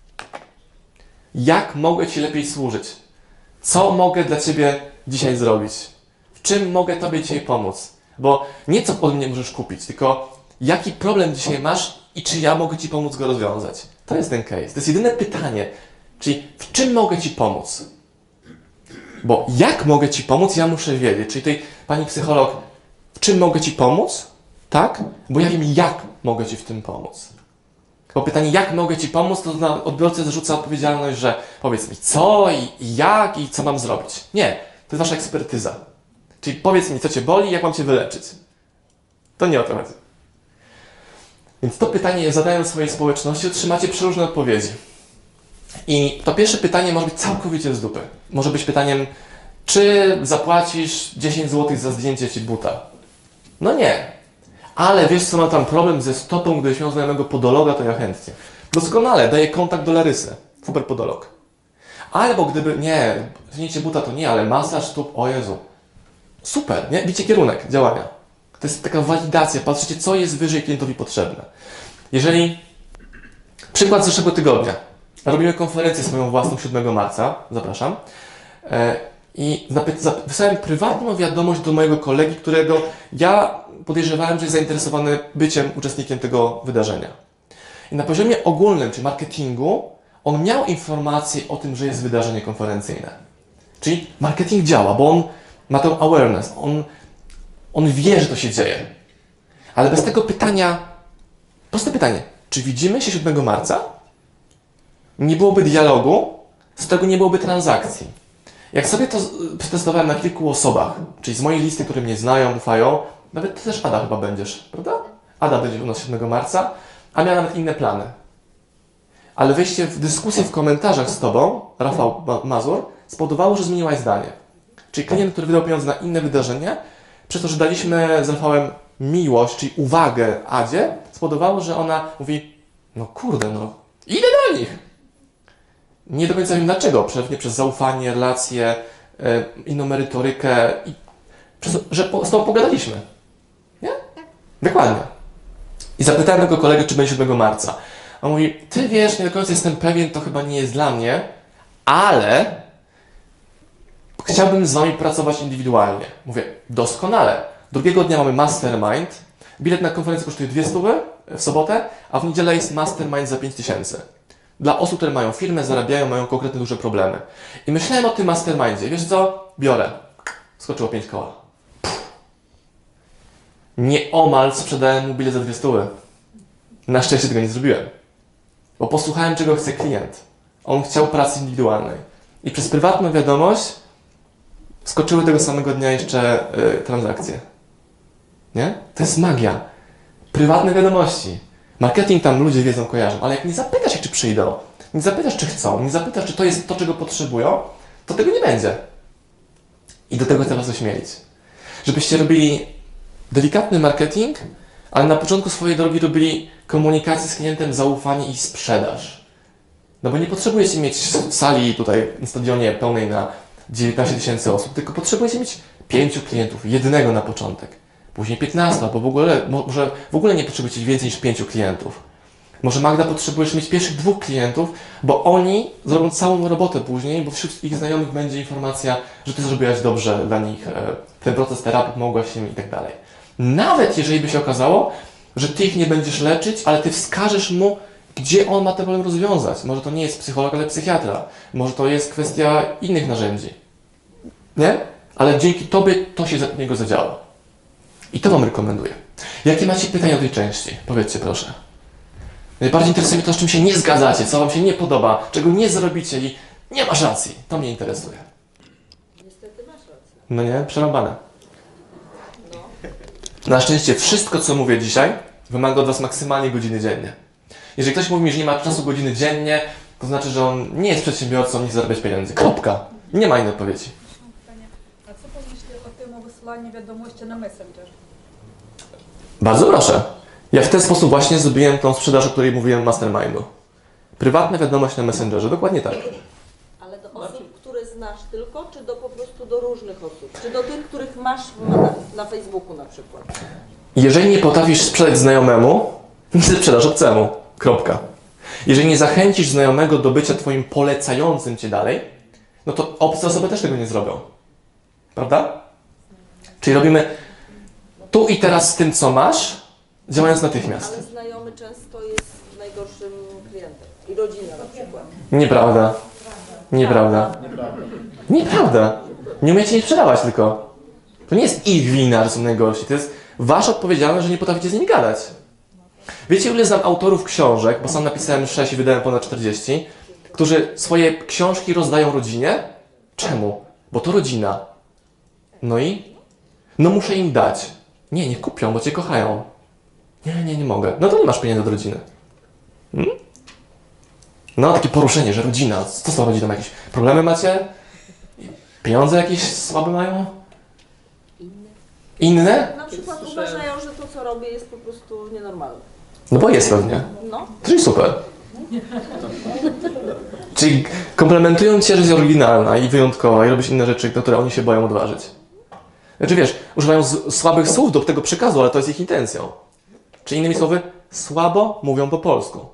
jak mogę ci lepiej służyć? Co mogę dla ciebie dzisiaj zrobić? W czym mogę tobie dzisiaj pomóc? Bo nie co od mnie możesz kupić, tylko jaki problem dzisiaj masz i czy ja mogę ci pomóc go rozwiązać? To jest ten case. To jest jedyne pytanie. Czyli w czym mogę ci pomóc? Bo jak mogę ci pomóc, ja muszę wiedzieć. Czyli tutaj pani psycholog, w czym mogę ci pomóc? Tak? Bo ja wiem, jak mogę ci w tym pomóc. Bo pytanie, jak mogę ci pomóc, to na odbiorcę zrzuca odpowiedzialność, że powiedz mi co i jak i co mam zrobić. Nie, to jest wasza ekspertyza. Czyli powiedz mi, co cię boli i jak mam cię wyleczyć. To nie o to chodzi. Więc to pytanie zadając swojej społeczności, otrzymacie przeróżne odpowiedzi. I to pierwsze pytanie może być całkowicie z dupy. Może być pytaniem, czy zapłacisz 10 zł za zdjęcie ci buta? No nie. Ale wiesz co, mam tam problem ze stopą, gdybyś miał znajomego podologa, to ja chętnie. Doskonale, daję kontakt do Larysy. Super podolog. Albo gdyby, nie, zdjęcie buta to nie, ale masaż stóp, o Jezu. Super, nie? Widzicie kierunek działania. To jest taka walidacja, patrzycie, co jest wyżej klientowi potrzebne. Jeżeli, przykład z zeszłego tygodnia. Robimy konferencję swoją własną 7 marca, zapraszam. I wysłałem prywatną wiadomość do mojego kolegi, którego ja podejrzewałem, że jest zainteresowany byciem uczestnikiem tego wydarzenia. I na poziomie ogólnym, czy marketingu, on miał informację o tym, że jest wydarzenie konferencyjne. Czyli marketing działa, bo on ma tą awareness, on wie, że to się dzieje. Ale bez tego pytania, proste pytanie, czy widzimy się 7 marca? Nie byłoby dialogu, z tego nie byłoby transakcji. Jak sobie to przetestowałem na kilku osobach, czyli z mojej listy, które mnie znają, ufają, nawet też Ada chyba będziesz, prawda? Ada będzie u nas 7 marca, a miała nawet inne plany. Ale wejście w dyskusję w komentarzach z tobą, Rafał Mazur, spowodowało, że zmieniłaś zdanie. Czyli klient, który wydał pieniądze na inne wydarzenie, przez to, że daliśmy z Rafałem miłość, czyli uwagę Adzie, spowodowało, że ona mówi, no kurde, no idę do nich. Nie do końca wiem dlaczego, pewnie przez zaufanie, relacje, inną merytorykę i przez to, że z tobą pogadaliśmy. Nie? Dokładnie. I zapytałem tego kolegę, czy będzie 7 marca. On mówi, ty wiesz, nie do końca jestem pewien, to chyba nie jest dla mnie, ale chciałbym z wami pracować indywidualnie. Mówię, doskonale. Drugiego dnia mamy mastermind. Bilet na konferencję kosztuje 200 w sobotę, a w niedzielę jest mastermind za 5000. Dla osób, które mają firmę, zarabiają, mają konkretne duże problemy. I myślałem o tym mastermindzie. Wiesz co? Biorę. Skoczyło 5 koła. Nieomal sprzedałem mu bilet za 200. Na szczęście tego nie zrobiłem. Bo posłuchałem, czego chce klient. On chciał pracy indywidualnej. I przez prywatną wiadomość skoczyły tego samego dnia jeszcze transakcje. Nie? To jest magia. Prywatne wiadomości. Marketing tam ludzie wiedzą, kojarzą, ale jak nie zapytasz ich, czy przyjdą, nie zapytasz, czy chcą, nie zapytasz, czy to jest to, czego potrzebują, to tego nie będzie. I do tego chcę was ośmielić. Żebyście robili delikatny marketing, ale na początku swojej drogi robili komunikację z klientem, zaufanie i sprzedaż. No bo nie potrzebujecie mieć sali tutaj na stadionie pełnej na 19 000 osób, tylko potrzebujecie mieć 5 klientów, jednego na początek, później 15, albo może w ogóle nie potrzebujecie więcej niż 5 klientów. Może Magda potrzebujesz mieć pierwszych 2 klientów, bo oni zrobią całą robotę później, bo wśród ich znajomych będzie informacja, że ty zrobiłaś dobrze dla nich ten proces terapii, pomogłaś im i tak dalej. Nawet jeżeli by się okazało, że ty ich nie będziesz leczyć, ale ty wskażesz mu, gdzie on ma ten problem rozwiązać. Może to nie jest psycholog, ale psychiatra. Może to jest kwestia innych narzędzi. Nie? Ale dzięki tobie to się z niego zadziała. I to wam rekomenduję. Jakie macie pytania o tej części? Powiedzcie proszę. Najbardziej interesuje mnie to, z czym się nie zgadzacie, co wam się nie podoba, czego nie zrobicie i nie masz racji. To mnie interesuje. Niestety masz rację. No nie? Przerąbane. Na szczęście wszystko, co mówię dzisiaj, wymaga od was maksymalnie godziny dziennie. Jeżeli ktoś mówi mi, że nie ma czasu godziny dziennie, to znaczy, że on nie jest przedsiębiorcą, nie chce zarabiać pieniędzy. Kropka. Nie ma innej odpowiedzi. A co powiesz o tym wysyłaniu wiadomości na Messenger? Bardzo proszę. Ja w ten sposób właśnie zrobiłem tą sprzedaż, o której mówiłem Mastermindu. Prywatna wiadomość na Messengerze, dokładnie tak. Ale do osób, które znasz tylko, czy po prostu do różnych osób? Czy do tych, których masz na Facebooku na przykład? Jeżeli nie potrafisz sprzedać znajomemu, nie sprzedasz obcemu. Kropka. Jeżeli nie zachęcisz znajomego do bycia twoim polecającym cię dalej, no to obce osoby też tego nie zrobią. Prawda? Czyli robimy tu i teraz z tym, co masz, działając natychmiast. Ale znajomy często jest najgorszym klientem. I rodzina na przykład. Nieprawda. Nieprawda. Nieprawda. Nie umiecie ich sprzedawać tylko. To nie jest ich wina, że są najgorsi. To jest wasza odpowiedzialność, że nie potraficie z nimi gadać. Wiecie, ile znam autorów książek, bo sam napisałem 6 i wydałem ponad 40, którzy swoje książki rozdają rodzinie? Czemu? Bo to rodzina. No i? No muszę im dać. Nie, nie kupią, bo cię kochają. Nie mogę. No to nie masz pieniędzy od rodziny. No, takie poruszenie, że rodzina. Co z tą rodziną? Jakieś problemy macie? Pieniądze jakieś słabe mają? Inne? Na przykład uważają, że to, co robię, jest po prostu nienormalne. No bo jest pewnie. No. Czyli super. Czyli komplementują cię, że jest oryginalna i wyjątkowa i robisz inne rzeczy, na które oni się boją odważyć. Znaczy wiesz, używają słabych słów do tego przekazu, ale to jest ich intencją. Czy innymi słowy, słabo mówią po polsku.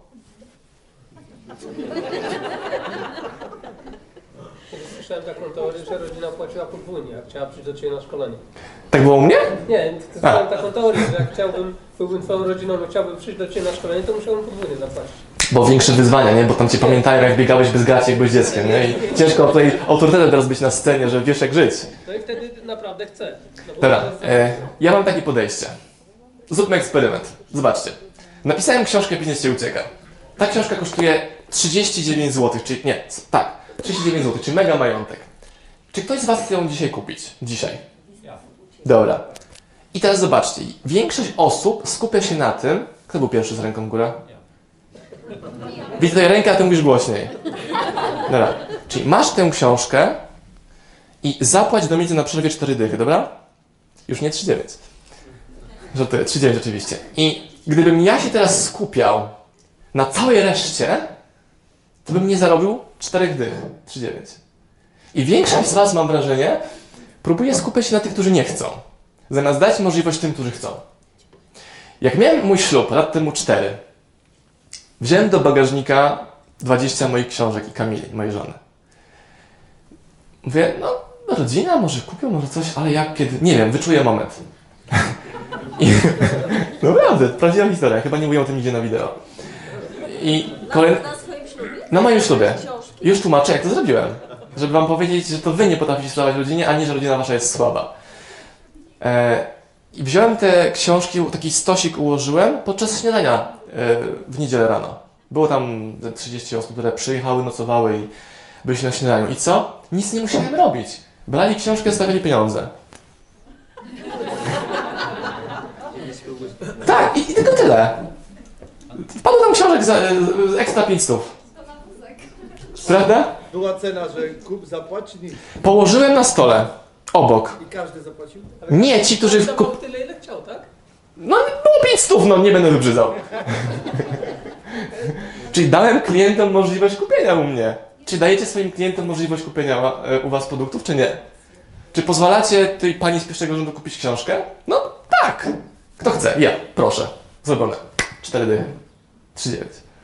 Słyszałem taką teorię, że rodzina płaciła podwójnie, jak chciała przyjść do Ciebie na szkolenie. Tak było u mnie? Nie, słyszałem taką teorię, że jak byłbym Twoją rodziną i chciałbym przyjść do Ciebie na szkolenie, to musiałbym podwójnie zapłacić. Bo większe wyzwania, nie? Bo tam cię pamiętają, jak biegałeś bez gaci, jak byłeś dzieckiem, nie? I ciężko tutaj autorytetem teraz być na scenie, że wiesz jak żyć. No i wtedy naprawdę chcę. No bo Dobra, ja mam takie podejście. Zróbmy eksperyment. Zobaczcie. Napisałem książkę Biznes Cię ucieka. Ta książka kosztuje 39 zł, czyli nie, tak, 39 zł, czyli mega majątek. Czy ktoś z was chce ją dzisiaj kupić? Dzisiaj. Dobra. I teraz zobaczcie. Większość osób skupia się na tym... Kto był pierwszy z ręką w górę? Widzę tutaj rękę, a ty mówisz głośniej. Dobra. Czyli masz tę książkę i zapłać do mnie na przerwie 4 dychy, dobra? Już nie 3,9. Żartuję, 3,9 oczywiście. I gdybym ja się teraz skupiał na całej reszcie, to bym nie zarobił 4 dych. 3,9. I większość z was, mam wrażenie, próbuje skupiać się na tych, którzy nie chcą. Zamiast dać możliwość tym, którzy chcą. Jak miałem mój ślub, lat temu 4, wziąłem do bagażnika 20 moich książek i Kamili, mojej żony. Mówię, no rodzina, może kupią, może coś, ale jak, kiedy, nie wiem, wyczuję moment. I naprawdę, prawdziwa historia, chyba nie mówię o tym nigdzie na wideo. I Na swoim ślubie? na moim ślubie. Książki. Już tłumaczę, jak to zrobiłem. Żeby wam powiedzieć, że to wy nie potraficie sprzedawać rodzinie, a nie, że rodzina wasza jest słaba. I wziąłem te książki, taki stosik ułożyłem podczas śniadania w niedzielę rano. Było tam 30 osób, które przyjechały, nocowały i byliśmy na śniadaniu. I co? Nic nie musiałem robić. Brali książkę, stawiali pieniądze. Tak, i tylko tyle. Wpadło tam książek za ekstra 500. Prawda? Była cena, że kup, zapłać, nic. Położyłem na stole, obok. I każdy zapłacił? Nie ci, którzy... Dawał tyle, ile chciał, tak? No było 500, no nie będę wybrzydzał. Czyli dałem klientom możliwość kupienia u mnie. Czy dajecie swoim klientom możliwość kupienia u was produktów, czy nie? Czy pozwalacie tej pani z pierwszego rzędu kupić książkę? No tak. Kto chce? Ja. Proszę. Zrobione. 4 dychy. 3,9.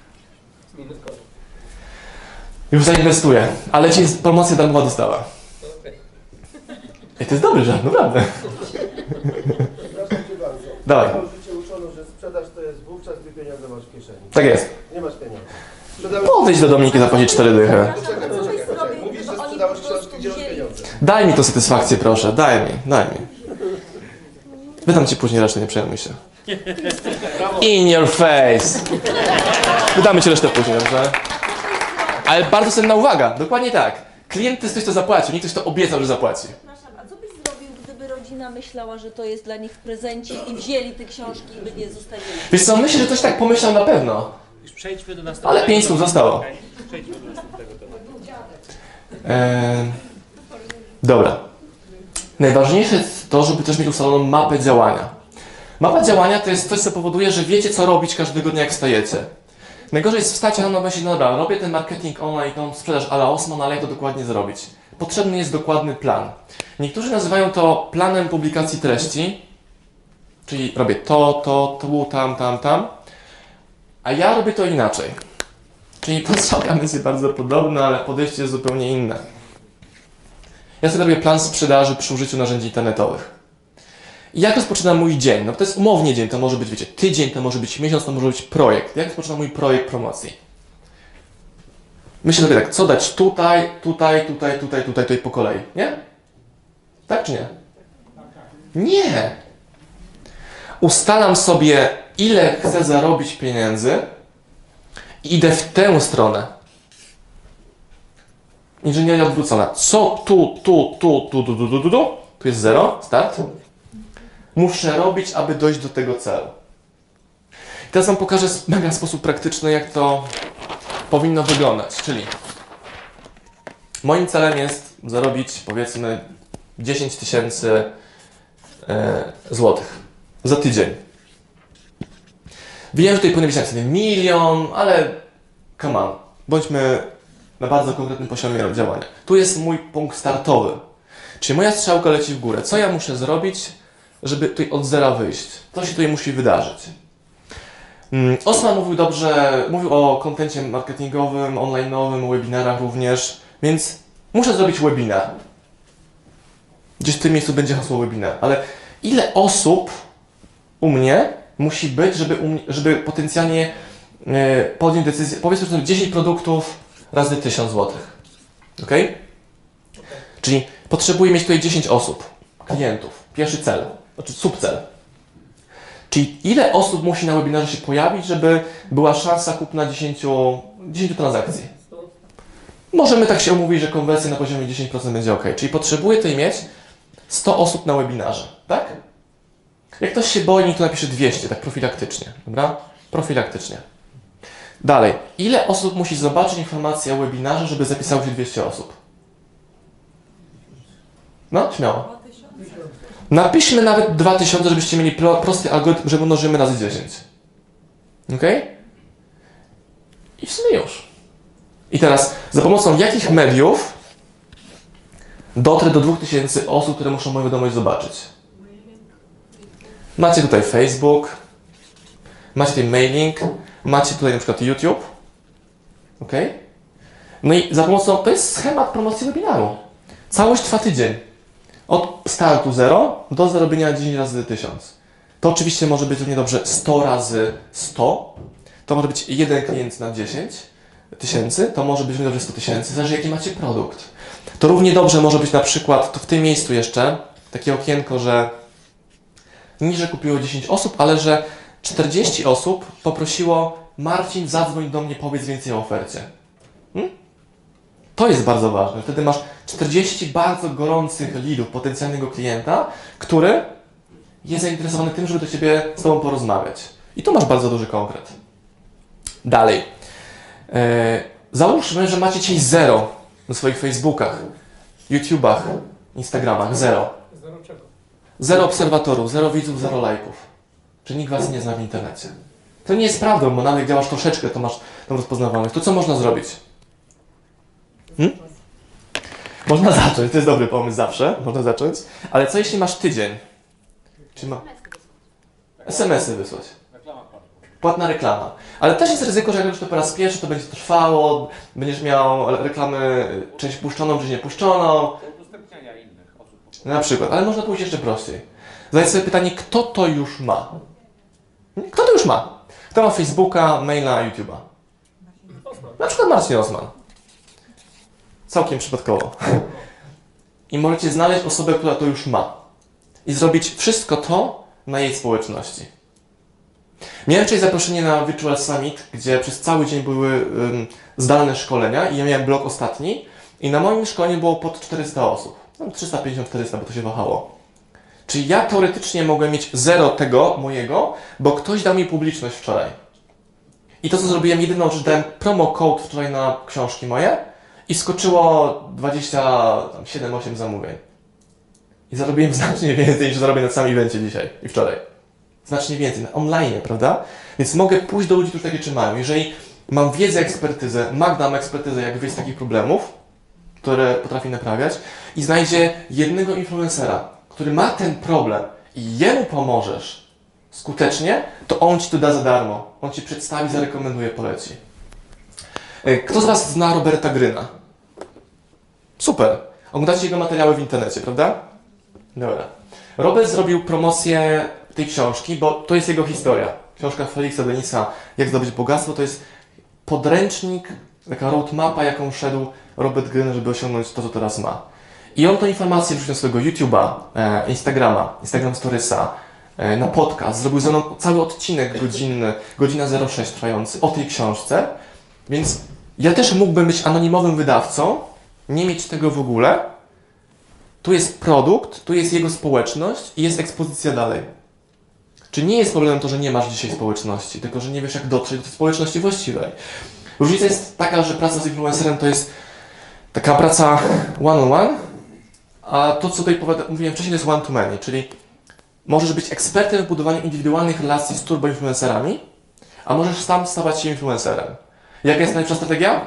Już zainwestuję. Ale ci promocja darmowa dostała. Ej, to jest dobry żart, naprawdę. Przepraszam cię bardzo. Dawaj. Całe życie uczono, że sprzedaż to jest wówczas, gdy pieniądze masz w kieszeni. Tak jest. Nie masz pieniędzy. Sprzedałeś... Podejdź do Dominiki, zapłacić 4 dychy. Poczekaj. Mówisz, że sprzedałeś książki, gdzie masz pieniądze. Daj mi to satysfakcję, proszę. Daj mi. Wydam ci później resztę, nie przejmuj się. In your face. Wydamy ci resztę później, dobrze? Ale bardzo cenna uwaga. Dokładnie tak. Klient to jest ktoś, kto zapłacił, nie ktoś, kto obiecał, że zapłaci. Przepraszam, a co byś zrobił, gdyby rodzina myślała, że to jest dla nich w prezencie i wzięli te książki i by nie zostawili? Wiesz co, myślę, że ktoś tak pomyślał na pewno. Już przejdźmy do następnego. Ale 500 zostało. Przejdźmy do następnego tematu. Dobra. Najważniejsze jest to, żeby też mieć ustaloną mapę działania. Mapa działania to jest coś, co powoduje, że wiecie, co robić każdego dnia, jak wstajecie. Najgorzej jest wstać rano i myśleć, no dobra, robię ten marketing online, tą sprzedaż a la Osman, ale jak to dokładnie zrobić? Potrzebny jest dokładny plan. Niektórzy nazywają to planem publikacji treści, czyli robię to, tu, tam, a ja robię to inaczej. Czyli program jest bardzo podobny, ale podejście jest zupełnie inne. Ja sobie robię plan sprzedaży przy użyciu narzędzi internetowych. I jak rozpoczyna mój dzień? No to jest umownie dzień, to może być, wiecie, tydzień, to może być miesiąc, to może być projekt. Jak rozpoczyna mój projekt promocji? Myślę sobie tak, co dać tutaj po kolei, nie? Tak czy nie? Nie! Ustalam sobie, ile chcę zarobić pieniędzy i idę w tę stronę. Inżynieria odwrócona. Co tu jest 0, start. Muszę robić, aby dojść do tego celu. I teraz wam pokażę w mega sposób praktyczny, jak to powinno wyglądać. Czyli moim celem jest zarobić, powiedzmy, 10 000 złotych za tydzień. Wiem, że tutaj powinien być napisany 1 milion, ale come on, bądźmy na bardzo konkretnym poziomie działania. Tu jest mój punkt startowy. Czyli moja strzałka leci w górę. Co ja muszę zrobić, żeby tutaj od zera wyjść? Co się tutaj musi wydarzyć? Osman mówił o kontencie marketingowym, online'owym, o webinarach również, więc muszę zrobić webinar. Gdzieś w tym miejscu będzie hasło webinar, ale ile osób u mnie musi być, żeby potencjalnie podjąć decyzję, powiedzmy, że 10 produktów razy 1000 zł. Ok? Czyli potrzebuję mieć tutaj 10 osób, klientów. Pierwszy cel, znaczy subcel. Czyli ile osób musi na webinarze się pojawić, żeby była szansa kupna 10 transakcji? Możemy tak się umówić, że konwersja na poziomie 10% będzie ok. Czyli potrzebuję tutaj mieć 100 osób na webinarze, tak? Jak ktoś się boi, to napisze 200, tak profilaktycznie, dobra? Profilaktycznie. Dalej, ile osób musi zobaczyć informację o webinarze, żeby zapisało się 200 osób? No, śmiało. Napiszmy nawet 2000, żebyście mieli prosty algorytm, że mnożymy razy 10. Ok? I w sumie już. I teraz, za pomocą jakich mediów dotrę do 2000 osób, które muszą moją wiadomość zobaczyć? Macie tutaj Facebook, macie tutaj mailing, macie tutaj na przykład YouTube. Ok? No i za pomocą, to jest schemat promocji webinaru. Całość trwa tydzień. Od startu 0 do zarobienia 10 razy 1000. To oczywiście może być równie dobrze 100 razy 100. To może być jeden klient na 10 000. To może być równie dobrze 100 000. Zależy jaki macie produkt. To równie dobrze może być na przykład, to w tym miejscu jeszcze, takie okienko, że nie, że kupiło 10 osób, ale że 40 osób poprosiło: Marcin, zadzwoń do mnie, powiedz więcej o ofercie. To jest bardzo ważne. Wtedy masz 40 bardzo gorących leadów, potencjalnego klienta, który jest zainteresowany tym, żeby do Ciebie z Tobą porozmawiać. I tu masz bardzo duży konkret. Dalej. Załóżmy, że macie dzisiaj 0 na swoich Facebookach, YouTubach, Instagramach. 0. 0 czego? 0 obserwatorów, 0 widzów, 0 lajków. że nikt was nie zna w internecie. To nie jest prawdą, bo nawet jak działasz troszeczkę, to masz tą rozpoznawalność. To co można zrobić? Można zacząć, to jest dobry pomysł zawsze, można zacząć. Ale co jeśli masz tydzień? Czy SMS-y wysłać. Płatna reklama. Ale też jest ryzyko, że jak robisz to po raz pierwszy, to będzie trwało, będziesz miał reklamy, część puszczoną, czy niepuszczoną. Udostępniania innych osób. Na przykład, ale można pójść jeszcze prościej. Zadać sobie pytanie, kto to już ma? Kto to już ma? Kto ma Facebooka, maila, YouTube'a? Na przykład Marcin Osman. Całkiem przypadkowo. I możecie znaleźć osobę, która to już ma. I zrobić wszystko to na jej społeczności. Miałem wczoraj zaproszenie na Virtual Summit, gdzie przez cały dzień były zdalne szkolenia i ja miałem blok ostatni i na moim szkoleniu było pod 400 osób. 350-400, bo to się wahało. Czyli ja teoretycznie mogłem mieć 0 tego mojego, bo ktoś dał mi publiczność wczoraj. I to, co zrobiłem, jedyną rzecz, dałem promo code wczoraj na książki moje i skoczyło 27-8 zamówień. I zarobiłem znacznie więcej, niż zarobię na samym evencie dzisiaj i wczoraj. Znacznie więcej, na online, prawda? Więc mogę pójść do ludzi, którzy takie rzeczy mają. Jeżeli mam wiedzę, ekspertyzę, Magda ma ekspertyzę, jak wyjść z takich problemów, które potrafi naprawiać i znajdzie jednego influencera, który ma ten problem i jemu pomożesz skutecznie, to on ci to da za darmo. On ci przedstawi, zarekomenduje, poleci. Kto z was zna Roberta Gryna? Super. Oglądacie jego materiały w internecie, prawda? Dobra. Robert zrobił promocję tej książki, bo to jest jego historia. Książka Felixa Denisa, Jak zdobyć bogactwo, to jest podręcznik, taka roadmapa, jaką szedł Robert Greene, żeby osiągnąć to, co teraz ma. I on tę informację wrzucił na swojego YouTube'a, Instagrama, Instagram Storiesa, na podcast. Zrobił ze mną cały odcinek godzinny, godzina 06 trwający o tej książce. Więc ja też mógłbym być anonimowym wydawcą, nie mieć tego w ogóle. Tu jest produkt, tu jest jego społeczność i jest ekspozycja dalej. Czy nie jest problemem to, że nie masz dzisiaj społeczności, tylko że nie wiesz, jak dotrzeć do tej społeczności właściwej? Różnica jest taka, że praca z influencerem to jest taka praca one-on-one, a to, co tutaj mówiłem wcześniej, to jest one-to-many, czyli możesz być ekspertem w budowaniu indywidualnych relacji z turboinfluencerami, a możesz sam stawać się influencerem. Jaka jest najlepsza strategia?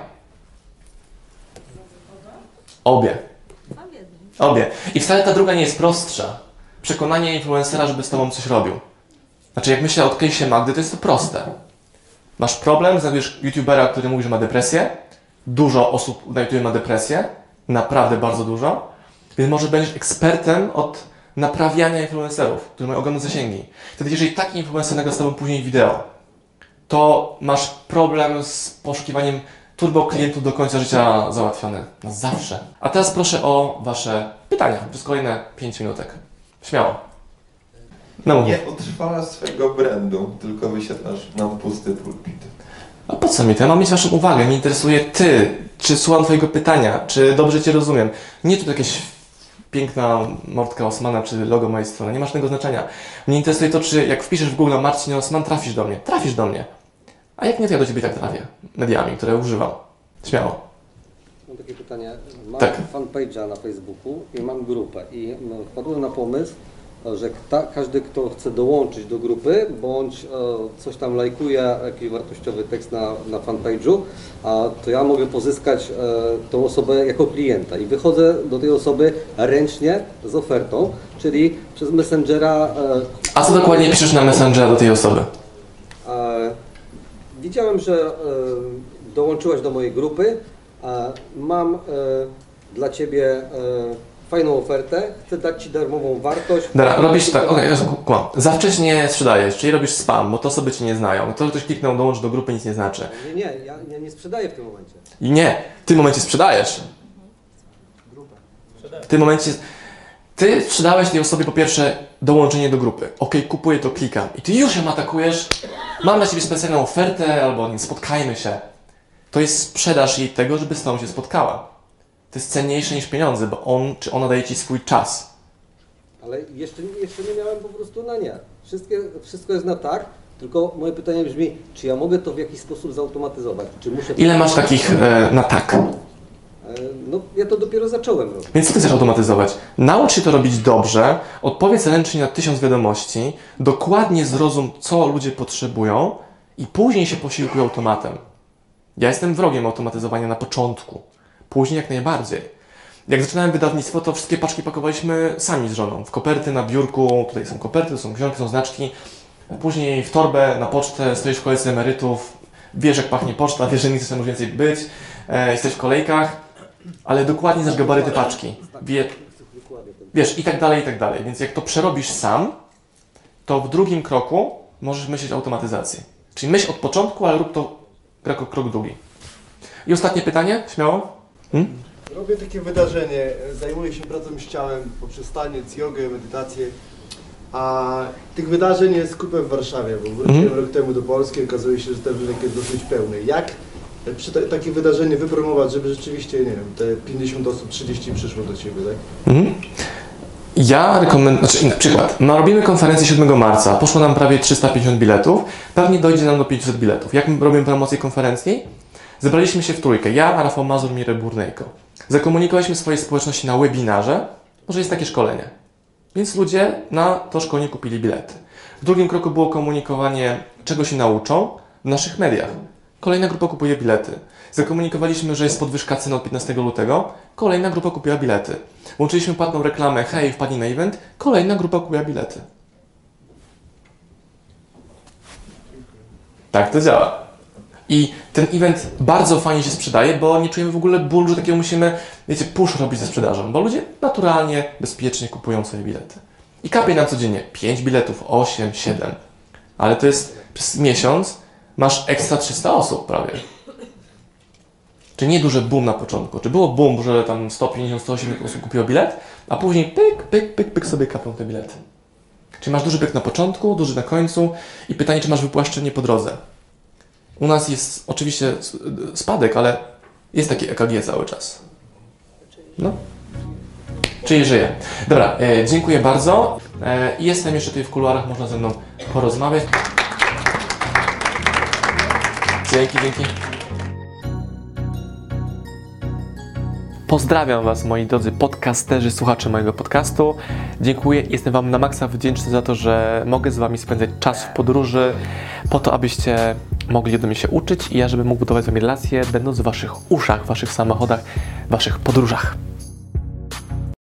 Obie. Obie. I wcale ta druga nie jest prostsza. Przekonanie influencera, żeby z tobą coś robił. Znaczy, jak myślę o case'ie Magdy, to jest to proste. Masz problem, znajdujesz youtubera, który mówi, że ma depresję. Dużo osób na YouTube ma depresję. Naprawdę bardzo dużo. Więc może będziesz ekspertem od naprawiania influencerów, którzy mają ogromne zasięgi. Wtedy, jeżeli taki influencer nagra z tobą później wideo, to masz problem z poszukiwaniem turbo klientów do końca życia załatwiony. Na zawsze. A teraz proszę o wasze pytania przez kolejne 5 minutek. Śmiało. No mów. Nie utrwalasz swojego brandu, tylko wyświetlasz nam pusty pulpit. A po co mi to? Ja mam mieć waszą uwagę. Mnie interesuje ty, czy słucham twojego pytania, czy dobrze cię rozumiem. Nie tu jakieś piękna mordka Osmana, czy logo mojej strony. Nie ma żadnego znaczenia. Mnie interesuje to, czy jak wpiszesz w Google Marcin Osman, trafisz do mnie. Trafisz do mnie. A jak nie, to ja do ciebie tak trafię. Mediami, które używam. Śmiało. Mam takie pytanie. Mam Tak. fanpage'a na Facebooku i mam grupę. I wpadłem na pomysł, że każdy, kto chce dołączyć do grupy, bądź coś tam lajkuje, jakiś wartościowy tekst na fanpage'u, to ja mogę pozyskać tą osobę jako klienta i wychodzę do tej osoby ręcznie z ofertą, czyli przez Messengera. A co dokładnie piszesz na Messengera do tej osoby? Widziałem, że dołączyłaś do mojej grupy. Mam dla Ciebie fajną ofertę, chcę dać Ci darmową wartość. Dobra, robisz tak, okej, kłam. Za wcześnie sprzedajesz, czyli robisz spam, bo to osoby Cię nie znają. To, że ktoś kliknął dołącz do grupy, nic nie znaczy. Nie, ja nie sprzedaję w tym momencie. I nie, w tym momencie sprzedajesz. W tym momencie ty sprzedałeś tej osobie po pierwsze dołączenie do grupy. Okej, kupuję to, klikam. I ty już ją atakujesz. Mam dla ciebie specjalną ofertę, albo nie, spotkajmy się. To jest sprzedaż jej tego, żeby z tobą się spotkała. To jest cenniejsze niż pieniądze, bo on czy ona daje ci swój czas. Ale jeszcze nie miałem po prostu na nie. Wszystko jest na tak, tylko moje pytanie brzmi, czy ja mogę to w jakiś sposób zautomatyzować? Czy muszę... Ile masz takich na tak? No, ja to dopiero zacząłem robić. Więc co ty chcesz automatyzować? Naucz się to robić dobrze, odpowiedz ręcznie na 1000 wiadomości, dokładnie zrozum, co ludzie potrzebują i później się posiłkuj automatem. Ja jestem wrogiem automatyzowania na początku, później jak najbardziej. Jak zaczynałem wydawnictwo, to wszystkie paczki pakowaliśmy sami z żoną. W koperty, na biurku, tutaj są koperty, to są książki, są znaczki. Później w torbę, na pocztę, stoisz w kolejce emerytów, wiesz jak pachnie poczta, wiesz, że nie chcesz tam już więcej być, jesteś w kolejkach, ale dokładnie znasz gabaryty paczki. Wiesz, i tak dalej, i tak dalej. Więc jak to przerobisz sam, to w drugim kroku możesz myśleć o automatyzacji. Czyli myśl od początku, ale rób to krok drugi. I ostatnie pytanie, śmiało. Robię takie wydarzenie, zajmuję się pracą z ciałem poprzez taniec, jogę, medytację, a tych wydarzeń jest kupę w Warszawie, bo wróciłem rok temu do Polski i okazuje się, że ten rynek jest dosyć pełny. Jak przy takie wydarzenie wypromować, żeby rzeczywiście, nie wiem, te 50 osób, 30 przyszło do Ciebie, tak? Ja rekomenduję, na przykład, robimy konferencję 7 marca, poszło nam prawie 350 biletów, pewnie dojdzie nam do 500 biletów. Jak robimy promocję konferencji? Zebraliśmy się w trójkę, ja, Rafał Mazur, Mirek Burnejko. Zakomunikowaliśmy swojej społeczności na webinarze, że jest takie szkolenie. Więc ludzie na to szkolenie kupili bilety. W drugim kroku było komunikowanie, czego się nauczą w naszych mediach. Kolejna grupa kupuje bilety. Zakomunikowaliśmy, że jest podwyżka cen od 15 lutego. Kolejna grupa kupiła bilety. Włączyliśmy płatną reklamę, hej, wpadnij na event. Kolejna grupa kupiła bilety. Tak to działa. I ten event bardzo fajnie się sprzedaje, bo nie czujemy w ogóle bólu, że takiego musimy, wiecie, push robić ze sprzedażą, bo ludzie naturalnie, bezpiecznie kupują sobie bilety. I kapie nam codziennie 5 biletów, 8, 7. Ale to jest przez miesiąc masz ekstra 300 osób prawie. Czy nie duży boom na początku? Czy było boom, że tam 150-180 osób kupiło bilet, a później pyk sobie kapią te bilety? Czyli masz duży pyk na początku, duży na końcu i pytanie, czy masz wypłaszczenie po drodze? U nas jest oczywiście spadek, ale jest taki EKG cały czas. No. Czyli żyje. Dobra, dziękuję bardzo. Jestem jeszcze tutaj w kuluarach, można ze mną porozmawiać. Dzięki. Pozdrawiam Was, moi drodzy podcasterzy, słuchacze mojego podcastu. Dziękuję, jestem Wam na maksa wdzięczny za to, że mogę z Wami spędzać czas w podróży, po to, abyście mogli ode mnie się uczyć i ja, żebym mógł budować z Wami relacje, będąc w Waszych uszach, w Waszych samochodach, w Waszych podróżach.